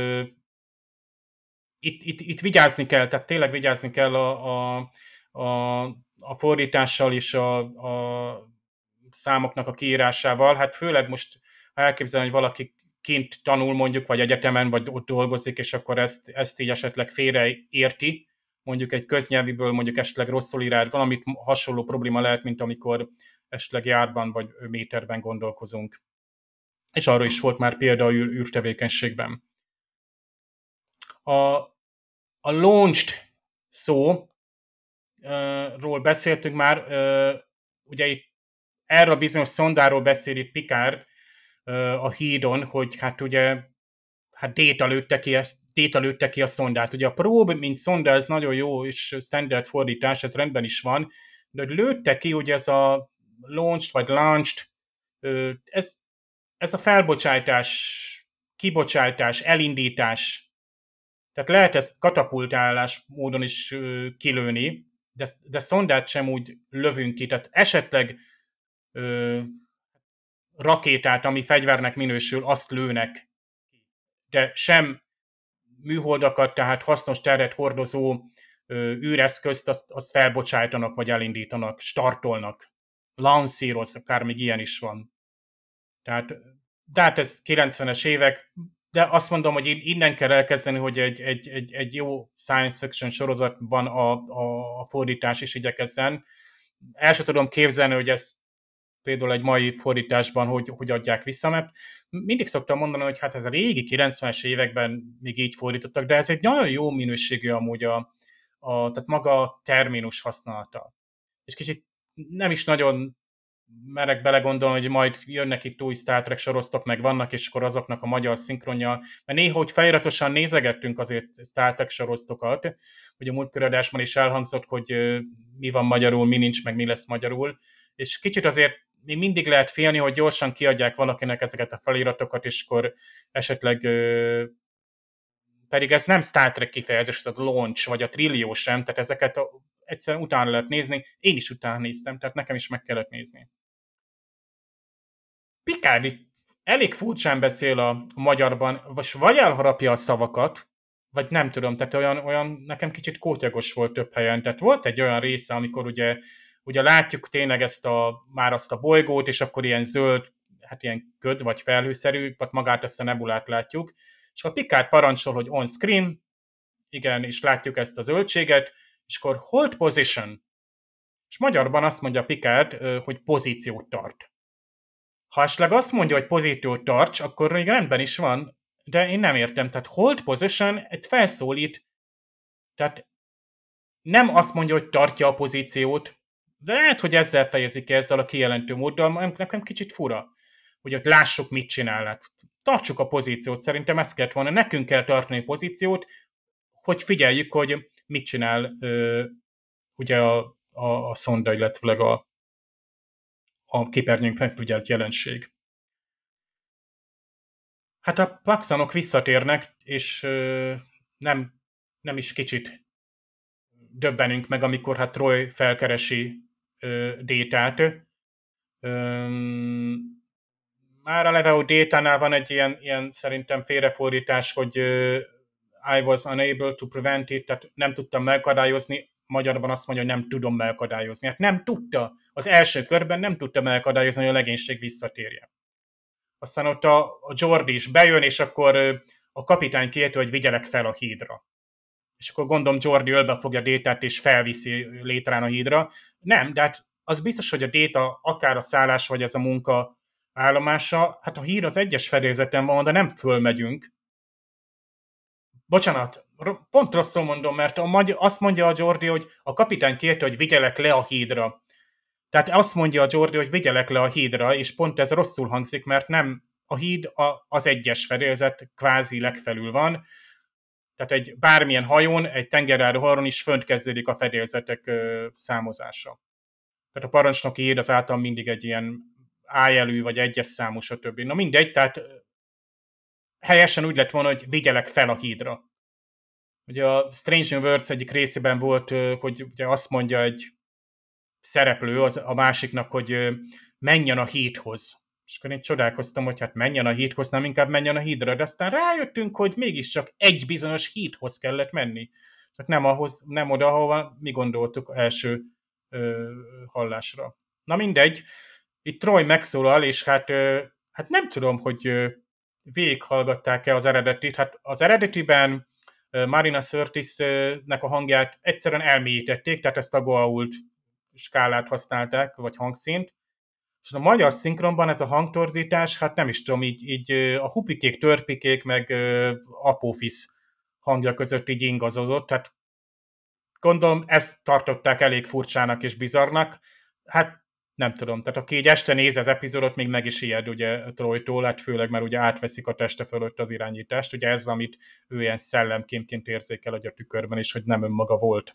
itt, itt, itt vigyázni kell, tehát tényleg vigyázni kell a, a, a, a fordítással és a, a számoknak a kiírásával, hát főleg most elképzelni, hogy valaki kint tanul mondjuk, vagy egyetemen, vagy ott dolgozik, és akkor ezt, ezt így esetleg félreérti, mondjuk egy köznyelviből mondjuk esetleg rosszul ír, valamit hasonló probléma lehet, mint amikor esetleg járban vagy méterben gondolkozunk. És arra is volt már példa űrtevékenységben. A, a launched szóról beszéltünk már, ugye itt erről a bizonyos szondáról beszél itt Picard a hídon, hogy hát ugye hát Data lőtte ki, ezt, Data lőtte ki a szondát. Ugye a probe, mint szonda, ez nagyon jó, és standard fordítás, ez rendben is van, de hogy lőtte ki, ugye ez a launched, vagy launched, ez, ez a felbocsátás, kibocsátás, elindítás, tehát lehet ezt katapultálás módon is kilőni, de, de szondát sem úgy lövünk ki, tehát esetleg ö, rakétát, ami fegyvernek minősül, azt lőnek, de sem műholdakat, tehát hasznos teret hordozó ö, űreszközt, azt, azt felbocsájtanak, vagy elindítanak, startolnak, lancíroz, akár még ilyen is van. Tehát, de hát ez kilencvenes évek, de azt mondom, hogy innen kell elkezdeni, hogy egy, egy, egy, egy jó science fiction sorozatban a, a, a fordítás is igyekezzen. El sem tudom képzelni, hogy ez például egy mai fordításban hogy, hogy adják vissza, mert mindig szoktam mondani, hogy hát ez a régi kilencvenes években még így fordítottak, de ez egy nagyon jó minőségű amúgy a, a tehát maga a terminus használata. És kicsit nem is nagyon merek belegondolni, hogy majd jönnek itt új Star Trek sorosztok, meg vannak, és akkor azoknak a magyar szinkronja, mert néha, hogy feliratosan nézegettünk azért Star Trek sorosztokat, hogy a múltkor adásban is elhangzott, hogy mi van magyarul, mi nincs, meg mi lesz magyarul, és kicsit azért még mindig lehet félni, hogy gyorsan kiadják valakinek ezeket a feliratokat, és akkor esetleg pedig ez nem Star Trek kifejezés, ez a launch, vagy a trillió sem, tehát ezeket egyszerűen utána lehet nézni, én is utána néztem, tehát nekem is meg kellett nézni. Picard itt elég furcsán beszél a magyarban, vagy, vagy elharapja a szavakat, vagy nem tudom, tehát olyan, olyan nekem kicsit kótyagos volt több helyen. Tehát volt egy olyan része, amikor ugye, ugye látjuk tényleg ezt a, már azt a bolygót, és akkor ilyen zöld, hát ilyen köd, vagy felhőszerű, vagy magát ezt a nebulát látjuk, és a Picard parancsol, hogy on screen, igen, és látjuk ezt a zöldséget, és akkor hold position, és magyarban azt mondja Picard, hogy pozíciót tart. Ha esetleg azt mondja, hogy pozíciót tarts, akkor még rendben is van, de én nem értem. Tehát hold position, egy felszólít, tehát nem azt mondja, hogy tartja a pozíciót, de lehet, hogy ezzel fejezik ezzel a kijelentő móddal, nekem kicsit fura, hogy ott lássuk, mit csinálnak. Tartsuk a pozíciót, szerintem ezt kellett volna. Nekünk kell tartani a pozíciót, hogy figyeljük, hogy mit csinál ö, ugye a, a, a szonda, illetve a a képernyőnk megfigyelt jelenség. Hát a Paxanok visszatérnek, és ö, nem, nem is kicsit döbbenünk meg, amikor hát Troy felkeresi ö, Détát. Már a Leveo Détánál van egy ilyen, ilyen szerintem félrefordítás, hogy ö, I was unable to prevent it, tehát nem tudtam megakadályozni, magyarban azt mondja, hogy nem tudom megakadályozni. Hát nem tudta, az első körben nem tudta megakadályozni, hogy a legénység visszatérjen. Aztán ott a, a Geordi is bejön, és akkor a kapitány kérte, hogy vigyelek fel a hídra. És akkor gondolom Geordi ölbe fogja Détát, és felviszi létrán a hídra. Nem, de hát az biztos, hogy a Déta, akár a szállás, vagy ez a munka állomása, hát a híd az egyes fedélzeten van, de nem fölmegyünk. Bocsánat, pont rosszul mondom, mert a magy- azt mondja a Geordi, hogy a kapitány kérte, hogy vigyelek le a hídra. Tehát azt mondja a Geordi, hogy vigyelek le a hídra, és pont ez rosszul hangzik, mert nem a híd a, az egyes fedélzet kvázi legfelül van. Tehát egy bármilyen hajón, egy tengerjáró hajón is fönt kezdődik a fedélzetek ö, számozása. Tehát a parancsnoki híd az által mindig egy ilyen ájelű, vagy egyes számú, stb. Na mindegy, tehát helyesen úgy lett volna, hogy vigyelek fel a hídra. Ugye a Strange New Worlds egyik részében volt, hogy ugye azt mondja egy szereplő az, a másiknak, hogy menjen a hídhoz. És akkor én csodálkoztam, hogy hát menjen a hídhoz, nem inkább menjen a hídra, de aztán rájöttünk, hogy mégiscsak egy bizonyos hídhoz kellett menni. Csak nem, ahhoz, nem oda, ahova mi gondoltuk első ö, hallásra. Na mindegy, itt Troy megszólal, és hát, ö, hát nem tudom, hogy ö, végighallgatták-e az eredetit. Hát az eredetiben ö, Marina Sirtis-nek a hangját egyszerűen elmélyítették, tehát ezt a Goa'uld skálát használták, vagy hangszínt. És a magyar szinkronban ez a hangtorzítás, hát nem is tudom, így, így a hupikék, törpikék, meg uh, apófisz hangja között így ingazozott, tehát gondolom ezt tartották elég furcsának és bizarnak. Hát nem tudom, tehát aki így este néz az epizódot, még meg is ijed ugye Troytól, hát főleg, mert ugye átveszik a teste fölött az irányítást, ugye ez, amit ő ilyen szellemkémként érzékel a tükörben, és hogy nem önmaga volt.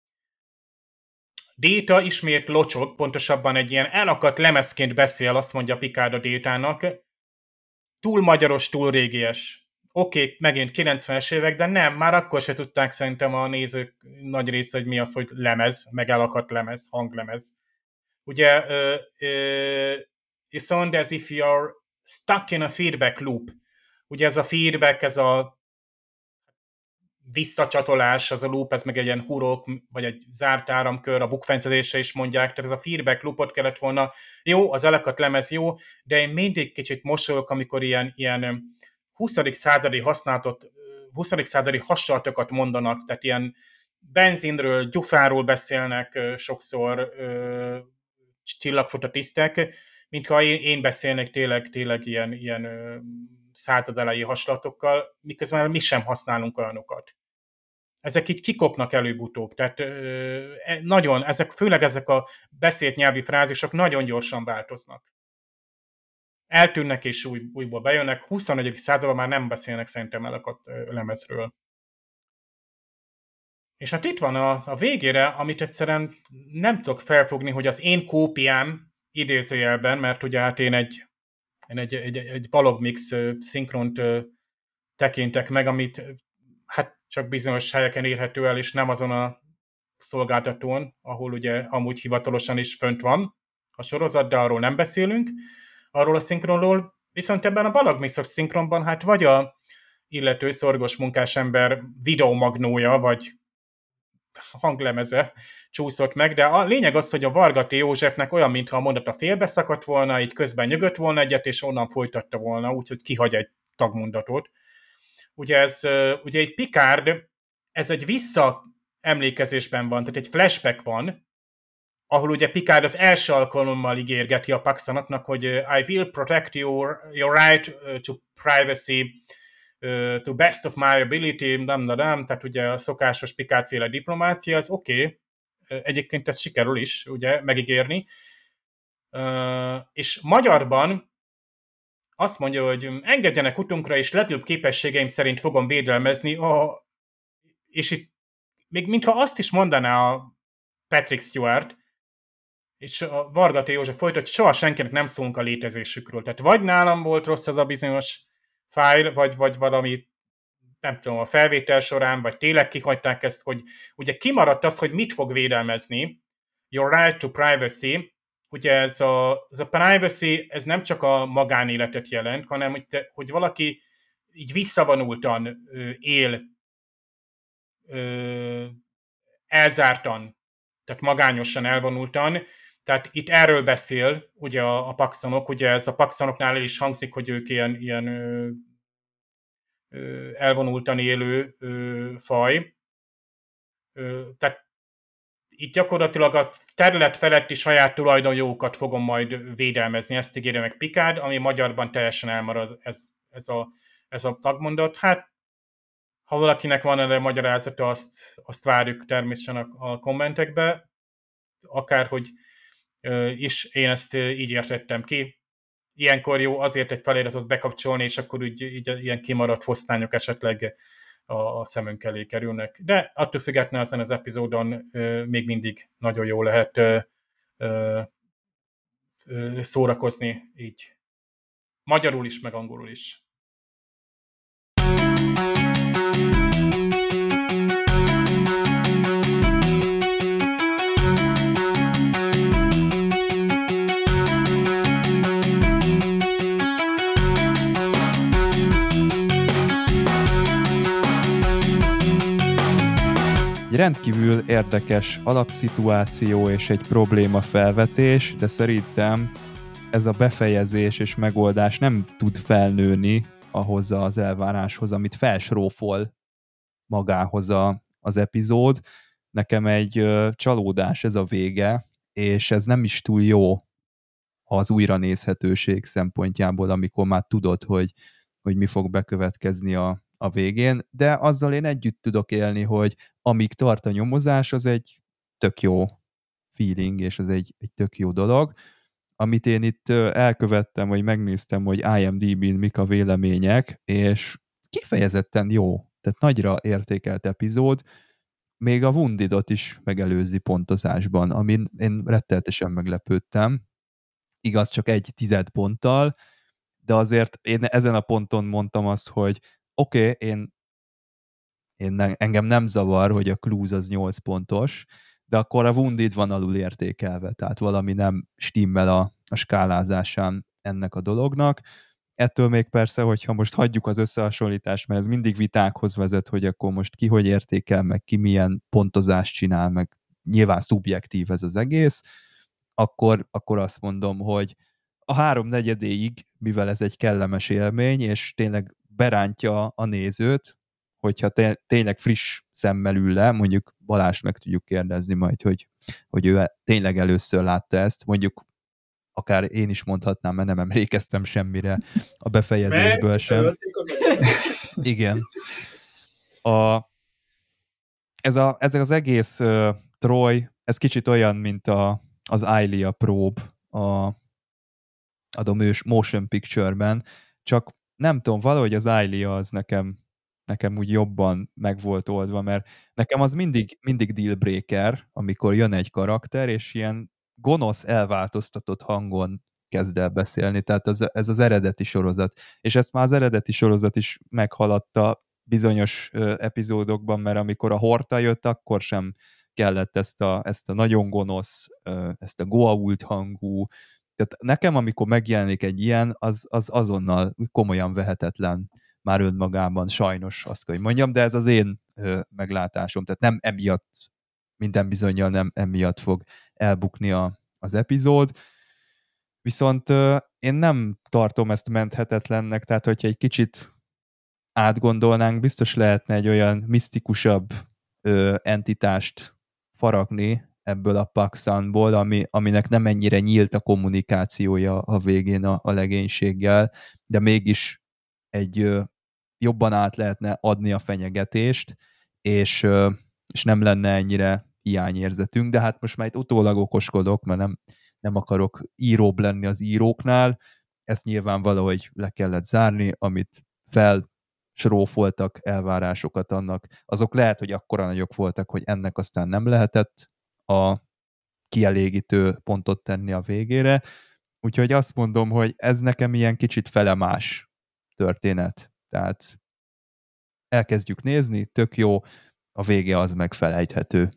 Data ismét locsog, pontosabban egy ilyen elakadt lemezként beszél, azt mondja Picard a Data-nak, túl magyaros, túl régies. Oké, okay, megint kilencvenes évek, de nem, már akkor se tudták szerintem a nézők nagy része, hogy mi az, hogy lemez, meg elakadt lemez, hanglemez. Ugye, uh, uh, it sounds as if you're stuck in a feedback loop. Ugye ez a feedback, ez a visszacsatolás, az a loop, ez meg egy ilyen hurok, vagy egy zárt áramkör, a bukfencezésre is mondják, tehát ez a feedback loopot kellett volna, jó, az elakadt lemez jó, de én mindig kicsit mosolyogok, amikor ilyen, ilyen huszadik századi használatot, huszadik századi hasonlatokat mondanak, tehát ilyen benzinről, gyufáról beszélnek sokszor csillagfutatisztek, mintha én, én beszélnék tényleg, tényleg ilyen, ilyen századelei hasonlatokkal, miközben mi sem használunk olyanokat. Ezek így kikopnak előbb-utóbb, tehát ö, nagyon, ezek, főleg ezek a beszélt nyelvi frázisok nagyon gyorsan változnak. Eltűnnek és új, újból bejönnek, huszonegyedik században már nem beszélnek szerintem elakadt lemezről. És hát itt van a, a végére, amit egyszerűen nem tudok felfogni, hogy az én kópiám idézőjelben, mert ugye hát én egy, én egy, egy, egy balogmix szinkront tekintek meg, amit hát csak bizonyos helyeken érhető el, és nem azon a szolgáltatón, ahol ugye amúgy hivatalosan is fönt van a sorozat, de arról nem beszélünk, arról a szinkronról, viszont ebben a balagmixos szinkronban hát vagy a illető szorgos munkásember videomagnója, vagy hanglemeze csúszott meg, de a lényeg az, hogy a Vargati Józsefnek olyan, mintha a mondata félbeszakadt volna, így közben nyögött volna egyet, és onnan folytatta volna, úgyhogy kihagy egy tagmondatot. Ugye ez, ugye egy Picard, ez egy visszaemlékezésben van, tehát egy flashback van, ahol ugye Picard az első alkalommal ígérgeti a Paxanoknak, hogy I will protect your, your right to privacy uh, to best of my ability, nem, nem, nem, tehát ugye a szokásos Picard-féle diplomácia, az oké, okay. Egyébként ez sikerül is, ugye, megígérni. Uh, és magyarban azt mondja, hogy engedjenek utunkra, és legjobb képességeim szerint fogom védelmezni, a... és itt még mintha azt is mondaná a Patrick Stewart, és a Vargati József folytatja, soha senkinek nem szólunk a létezésükről. Tehát vagy nálam volt rossz ez a bizonyos fájl, vagy, vagy valami, nem tudom, a felvétel során, vagy tényleg kihagyták ezt, hogy ugye kimaradt az, hogy mit fog védelmezni, your right to privacy. Ugye ez a, ez a privacy, ez nem csak a magánéletet jelent, hanem hogy, te, hogy valaki így visszavonultan ö, él, ö, elzártan, tehát magányosan elvonultan. Tehát itt erről beszél ugye a, a Paxanok, ugye ez a Paxanoknál is hangzik, hogy ők ilyen, ilyen ö, ö, elvonultan élő ö, faj. Ö, tehát itt gyakorlatilag a terület feletti saját tulajdonjogokat fogom majd védelmezni, ezt ígérje meg Picard, ami magyarban teljesen elmarad ez, ez, a, ez a tagmondat. Hát, ha valakinek van erre magyarázata, azt, azt várjuk természetesen a, a kommentekbe, akárhogy is én ezt így értettem ki. Ilyenkor jó azért egy feliratot bekapcsolni, és akkor úgy, így, ilyen kimaradt fosztányok esetleg a, a szemünk elé kerülnek. De attól függetlenül ezen az epizódon ö, még mindig nagyon jó lehet ö, ö, ö, szórakozni így. Magyarul is, meg angolul is. Egy rendkívül érdekes alapszituáció és egy probléma felvetés, de szerintem ez a befejezés és megoldás nem tud felnőni ahhoz az elváráshoz, amit felsrófol magához a, az epizód. Nekem egy ö, csalódás ez a vége, és ez nem is túl jó az újranézhetőség szempontjából, amikor már tudod, hogy, hogy mi fog bekövetkezni a a végén, de azzal én együtt tudok élni, hogy amíg tart a nyomozás, az egy tök jó feeling, és az egy, egy tök jó dolog. amit én itt elkövettem, vagy megnéztem, hogy I M D B-n mik a vélemények, és kifejezetten jó, tehát nagyra értékelt epizód, még a Woundedot is megelőzi pontozásban, amin én rettenetesen meglepődtem. Igaz, csak egy tized ponttal, de azért én ezen a ponton mondtam azt, hogy oké, okay, én, én ne, engem nem zavar, hogy a Clues az nyolc pontos, de akkor a Wounded van alul értékelve, tehát valami nem stimmel a, a skálázásán ennek a dolognak. Ettől még persze, hogyha most hagyjuk az összehasonlítást, mert ez mindig vitákhoz vezet, hogy akkor most ki hogy értékel, meg ki milyen pontozást csinál, meg nyilván szubjektív ez az egész, akkor, akkor azt mondom, hogy a háromnegyedéig, mivel ez egy kellemes élmény, és tényleg berántja a nézőt, hogyha te, tényleg friss szemmel ül le, mondjuk Balást meg tudjuk kérdezni majd, hogy, hogy ő tényleg először látta ezt, mondjuk akár én is mondhatnám, mert nem emlékeztem semmire a befejezésből sem. Igen. A, ez, a, ez az egész uh, Troy, ez kicsit olyan, mint a, az Ailia Probe a, a Motion Picture-ben, csak nem tudom, valahogy az Ailia az nekem nekem úgy jobban meg volt oldva, mert nekem az mindig, mindig dealbreaker, amikor jön egy karakter, és ilyen gonosz, elváltoztatott hangon kezd el beszélni, tehát az, ez az eredeti sorozat. És ezt már az eredeti sorozat is meghaladta bizonyos ö, epizódokban, mert amikor a Horta jött, akkor sem kellett ezt a, ezt a nagyon gonosz, ö, ezt a goa'uld hangú. Tehát nekem, amikor megjelenik egy ilyen, az, az azonnal komolyan vehetetlen már önmagában, sajnos azt kell, hogy mondjam, de ez az én ö, meglátásom, tehát nem emiatt, minden bizonnyal nem emiatt fog elbukni a, az epizód, viszont ö, én nem tartom ezt menthetetlennek, tehát hogyha egy kicsit átgondolnánk, biztos lehetne egy olyan misztikusabb ö, entitást faragni ebből a Paxanból, ami, aminek nem ennyire nyílt a kommunikációja a végén a, a legénységgel, de mégis egy ö, jobban át lehetne adni a fenyegetést, és, ö, és nem lenne ennyire hiányérzetünk, de hát most már itt utólag okoskodok, mert nem, nem akarok íróbb lenni az íróknál, ezt nyilván valahogy le kellett zárni, amit felsrófoltak elvárásokat annak, azok lehet, hogy akkora nagyok voltak, hogy ennek aztán nem lehetett a kielégítő pontot tenni a végére, úgyhogy azt mondom, hogy ez nekem ilyen kicsit felemás történet, tehát elkezdjük nézni, tök jó, a vége az megfelejthető.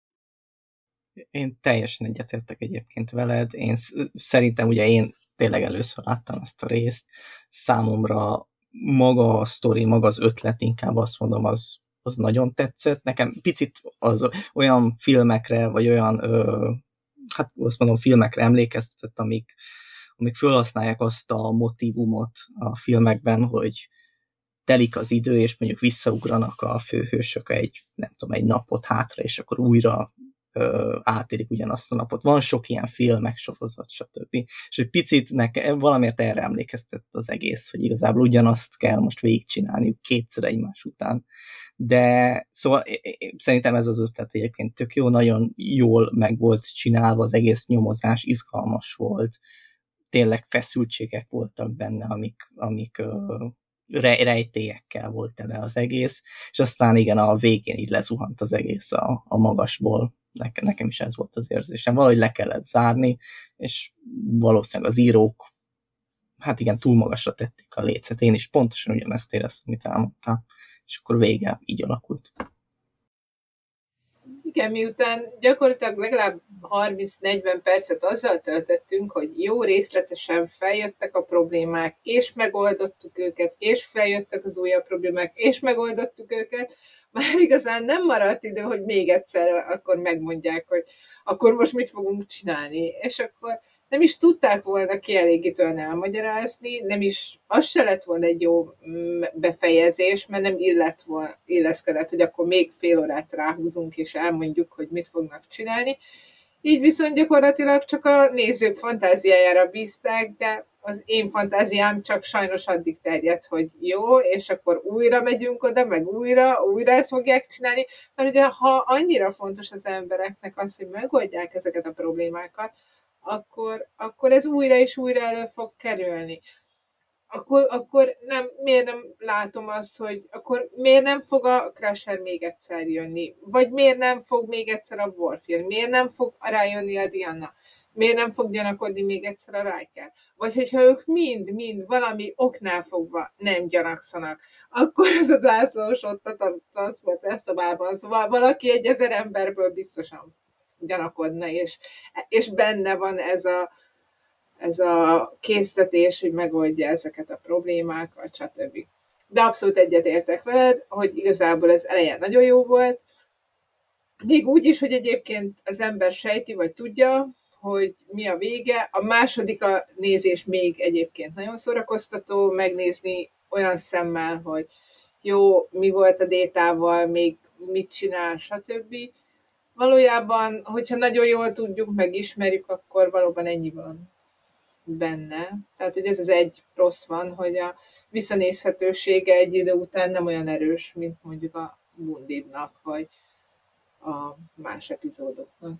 Én teljesen egyetértek egyébként veled, én szerintem ugye én tényleg először láttam ezt a részt, számomra maga a sztori, maga az ötlet, inkább azt mondom, az, az nagyon tetszett. Nekem picit az olyan filmekre, vagy olyan, ö, hát azt mondom, filmekre emlékeztetett, amik, amik felhasználják azt a motívumot a filmekben, hogy telik az idő, és mondjuk visszaugranak a főhősök egy, nem tudom, egy napot hátra, és akkor újra ö, átélik ugyanazt a napot. Van sok ilyen filmek, sorozat, stb. És egy picit nekem valamiért erre emlékeztet az egész, hogy igazából ugyanazt kell most végigcsinálniuk kétszer egymás után. De szóval szerintem ez az ötlet egyébként tök jó, nagyon jól meg volt csinálva, az egész nyomozás izgalmas volt, tényleg feszültségek voltak benne, amik, amik ö, rejtélyekkel volt tele az egész, és aztán igen, a végén így lezuhant az egész a, a magasból. Nekem, nekem is ez volt az érzésem. Valahogy le kellett zárni, és valószínűleg az írók hát igen, túl magasra tették a lécet. Én is pontosan ugyanezt éreztem, amit elmondtam, és akkor vége így alakult. Igen, miután gyakorlatilag legalább harminc-negyven percet azzal töltöttünk, hogy jó részletesen feljöttek a problémák, és megoldottuk őket, és feljöttek az újabb problémák, és megoldottuk őket, már igazán nem maradt idő, hogy még egyszer akkor megmondják, hogy akkor most mit fogunk csinálni, és akkor nem is tudták volna kielégítően elmagyarázni, nem is, az se lett volna egy jó befejezés, mert nem illett volna, illeszkedett, hogy akkor még fél órát ráhúzunk, és elmondjuk, hogy mit fognak csinálni. Így viszont gyakorlatilag csak a nézők fantáziájára bízták, de az én fantáziám csak sajnos addig terjedt, hogy jó, és akkor újra megyünk oda, meg újra, újra ezt fogják csinálni, mert ugye ha annyira fontos az embereknek az, hogy megoldják ezeket a problémákat, akkor, akkor ez újra és újra elő fog kerülni. Akkor, akkor nem, miért nem látom azt, hogy akkor miért nem fog a Crusher még egyszer jönni? Vagy miért nem fog még egyszer a Warfare? Miért nem fog rájönni a Diana? Miért nem fog gyanakodni még egyszer a Riker? Vagy hogyha ők mind-mind valami oknál fogva nem gyanakszanak, akkor az a zászlós ott a transzport szobában, szóval valaki egy ezer emberből biztosan gyanakodna, és, és benne van ez a ez a késztetés, hogy megoldja ezeket a problémákat, stb. De abszolút egyetértek veled, hogy igazából ez eleje nagyon jó volt. Még úgy is, hogy egyébként az ember sejti, vagy tudja, hogy mi a vége. A második a nézés még egyébként nagyon szórakoztató, megnézni olyan szemmel, hogy jó, mi volt a détával, még mit csinál, stb. Valójában, hogyha nagyon jól tudjuk, megismerjük, akkor valóban ennyi van benne. Tehát, hogy ez az egy rossz van, hogy a visszanézhetősége egy idő után nem olyan erős, mint mondjuk a Woundednak, vagy a más epizódoknak.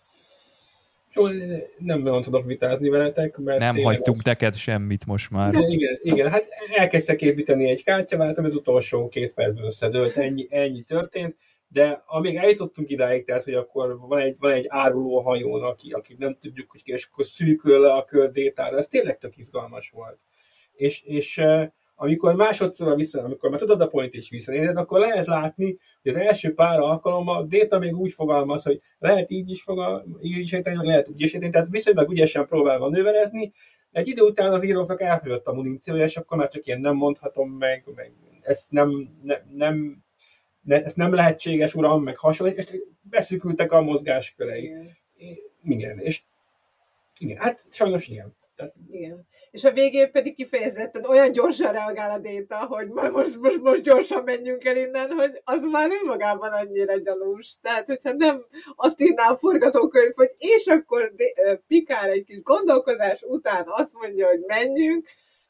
Jó, nem nagyon tudok vitázni veletek, mert nem hagytunk az... neked semmit most már. De igen, igen, hát elkezdtek építeni egy kártyaváltam, az utolsó két percben összedőlt, ennyi, ennyi történt, de amíg eljutottunk idáig, tehát, hogy akkor van egy, van egy áruló hajón, aki, aki nem tudjuk, hogy ki, és akkor szűkül le a kör détára, ez tényleg tök izgalmas volt. És, és amikor másodszorra vissza, amikor már tudod a point és visszanézed, akkor lehet látni, hogy az első pár alkalommal Déta még úgy fogalmaz, hogy lehet így is, fogal, így is érteni, lehet úgy is érteni, tehát viszonylag ügyesen próbál manőverezni. Egy idő után az íróknak elfogyott a muníciója, és akkor már csak ilyen nem mondhatom meg, meg ezt nem, ne, nem, ne, ezt nem lehetséges, uram, meg hasonló, és beszűkültek a mozgáskörei. Igen. igen, és igen, hát sajnos ilyen. Tehát... Igen. És a végén pedig kifejezetten olyan gyorsan reagál a Déta, hogy most, most, most gyorsan menjünk el innen, hogy az már önmagában annyira gyanús. Tehát, hogyha nem azt írná a forgatókönyv, hogy és akkor Picard egy kis gondolkozás után azt mondja, hogy menjünk,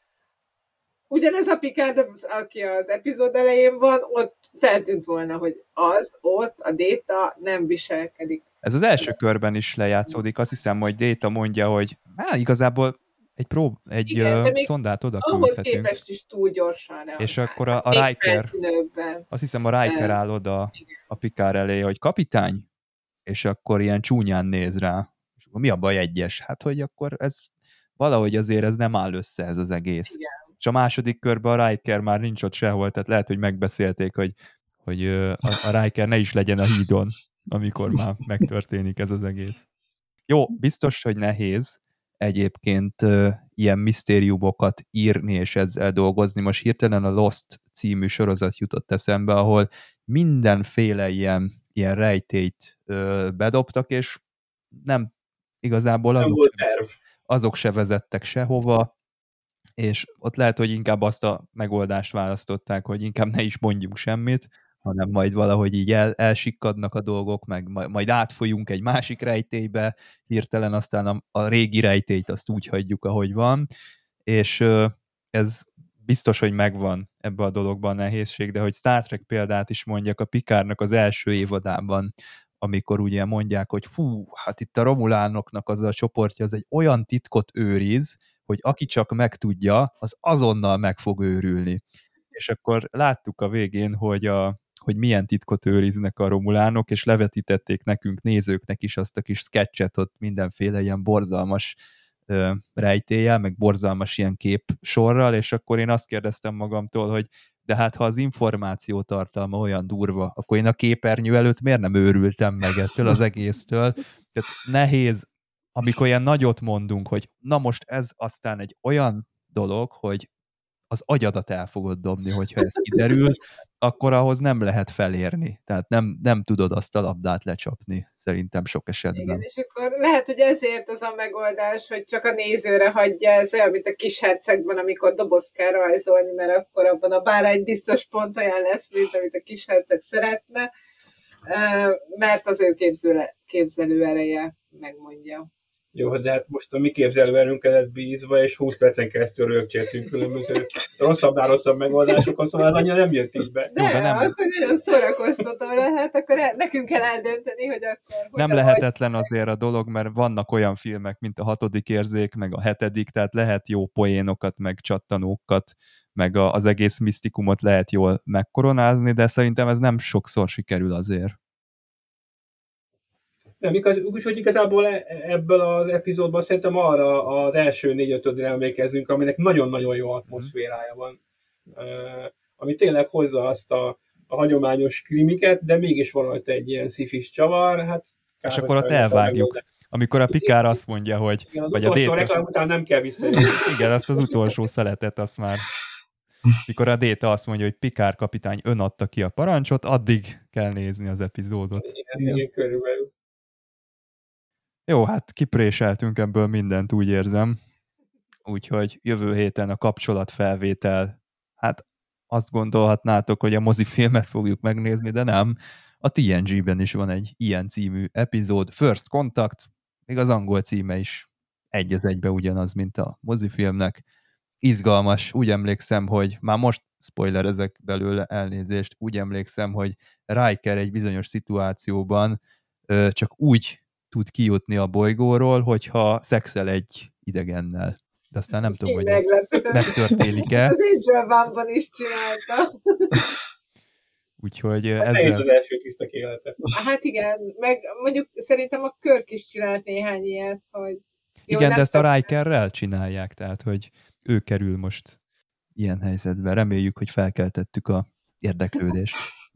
ugyanez a Picard, aki az epizód elején van, ott feltűnt volna, hogy az ott, a Déta nem viselkedik. Ez az első körben is lejátszódik, azt hiszem, hogy Déta mondja, hogy hát igazából egy, prób, egy Igen, uh, szondát oda ahhoz képest is túl gyorsan reagál. És akkor a, a Riker, azt hiszem a Riker áll oda a Picard elé, hogy kapitány, és akkor ilyen csúnyán néz rá. És akkor mi a baj egyes? Hát, hogy akkor ez valahogy azért ez nem áll össze ez az egész. Igen. És a második körben a Riker már nincs ott sehol, tehát lehet, hogy megbeszélték, hogy, hogy a, a Riker ne is legyen a hídon, amikor már megtörténik ez az egész. Jó, biztos, hogy nehéz egyébként uh, ilyen misztériumokat írni és ezzel dolgozni. Most hirtelen a Lost című sorozat jutott eszembe, ahol mindenféle ilyen, ilyen rejtélyt uh, bedobtak, és nem igazából nem azok, sem, azok se vezettek sehova, és ott lehet, hogy inkább azt a megoldást választották, hogy inkább ne is mondjunk semmit, hanem majd valahogy így el, elsikkadnak a dolgok, meg majd átfolyunk egy másik rejtélybe, hirtelen aztán a, a régi rejtélyt azt úgy hagyjuk, ahogy van, és ez biztos, hogy megvan ebbe a dologban a nehézség, de hogy Star Trek példát is mondjak, a Picardnak az első évadában, amikor ugye mondják, hogy fú, hát itt a romulánoknak az a csoportja, az egy olyan titkot őriz, hogy aki csak megtudja, az azonnal meg fog őrülni. És akkor láttuk a végén, hogy, a, hogy milyen titkot őriznek a romulánok, és levetítették nekünk, nézőknek is azt a kis sketchet ott mindenféle ilyen borzalmas ö, rejtéllyel, meg borzalmas ilyen kép sorral, és akkor én azt kérdeztem magamtól, hogy de hát ha az információ tartalma olyan durva, akkor én a képernyő előtt miért nem őrültem meg ettől az egésztől? Tehát nehéz, amikor ilyen nagyot mondunk, hogy na most ez aztán egy olyan dolog, hogy az agyadat el fogod dobni, hogyha ez kiderül, akkor ahhoz nem lehet felérni. Tehát nem, nem tudod azt a labdát lecsapni, szerintem sok esetben. Igen, és akkor lehet, hogy ezért az a megoldás, hogy csak a nézőre hagyja, ez olyan, mint a Kishercegben, amikor dobozt kell rajzolni, mert akkor abban a bárány biztos pont olyan lesz, mint amit a Kisherceg szeretne, mert az ő képzelő, képzelő ereje megmondja. Jó, de hát most a mi képzelőerőnkkel lett bízva, és húsz percen keresztül rögcséltünk különböző rosszabbnál rosszabb megoldásokon, szóval az annyira nem jött így be. De, Jó, de nem. akkor nagyon szórakoztató lehet, akkor el, nekünk kell eldönteni, hogy akkor... Nem hogyan lehetetlen azért a dolog, mert vannak olyan filmek, mint a hatodik érzék, meg a hetedik, tehát lehet jó poénokat, meg csattanókat, meg a, az egész misztikumot lehet jól megkoronázni, de szerintem ez nem sokszor sikerül azért. Nem, úgyhogy igazából ebből az epizódban szerintem arra az első négy-ötödre emlékezünk, aminek nagyon-nagyon jó atmoszférája van. Uh, ami tényleg hozza azt a, a hagyományos krimiket, de mégis van rajta egy ilyen szifis csavar. Hát, és akkor ott elvágjuk. Amikor a Picard azt mondja, hogy... Igen, az vagy utolsó a Data... reklám után nem kell visszajönni. Igen, azt az utolsó szeletet, azt már... Mikor a Data azt mondja, hogy Picard kapitány ön adta ki a parancsot, addig kell nézni az epizódot. Igen, igen, körülbelül. Jó, hát kipréseltünk ebből mindent, úgy érzem. Úgyhogy jövő héten a kapcsolatfelvétel, hát azt gondolhatnátok, hogy a mozifilmet fogjuk megnézni, de nem. A té en gé-ben is van egy ilyen című epizód, First Contact, még az angol címe is egy az egybe ugyanaz, mint a mozifilmnek. Izgalmas, úgy emlékszem, hogy már most spoilerezek belőle, elnézést, úgy emlékszem, hogy Riker egy bizonyos szituációban ö, csak úgy tud kijutni a bolygóról, hogyha szexel egy idegennel. De aztán nem tudom, hogy ez megtörténik-e. Az Angel One-ban is csinálta. Úgyhogy hát ezzel... az első tisztek élete. Hát igen, meg mondjuk szerintem a Kirk is csinált néhány ilyet, hogy... Jó, igen, de ezt szok... a Rikerrel csinálják, tehát hogy ő kerül most ilyen helyzetbe. Reméljük, hogy felkeltettük a érdeklődést.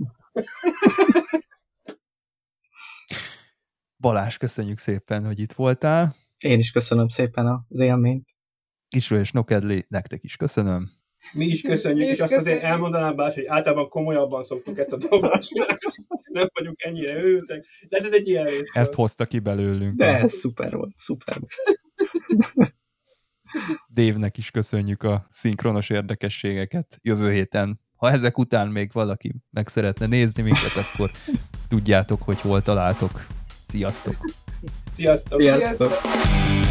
Balázs, köszönjük szépen, hogy itt voltál. Én is köszönöm szépen az élményt. Kisről és Nokedli, nektek is köszönöm. Mi is köszönjük, Mi is és azt köszönjük. Azért elmondanám, Bás, hogy általában komolyabban szoktuk ezt a dolgot csinálni. Nem vagyunk ennyire őrültek, de ez egy ilyen rész. Ezt hozta ki belőlünk. De ez szuper volt, szuper volt. Dave-nek is köszönjük a szinkronos érdekességeket. Jövő héten, ha ezek után még valaki meg szeretne nézni minket, akkor tudjátok, hogy hol találtok. Sziasztok! Sziasztok! Sziasztok! Sziasztok.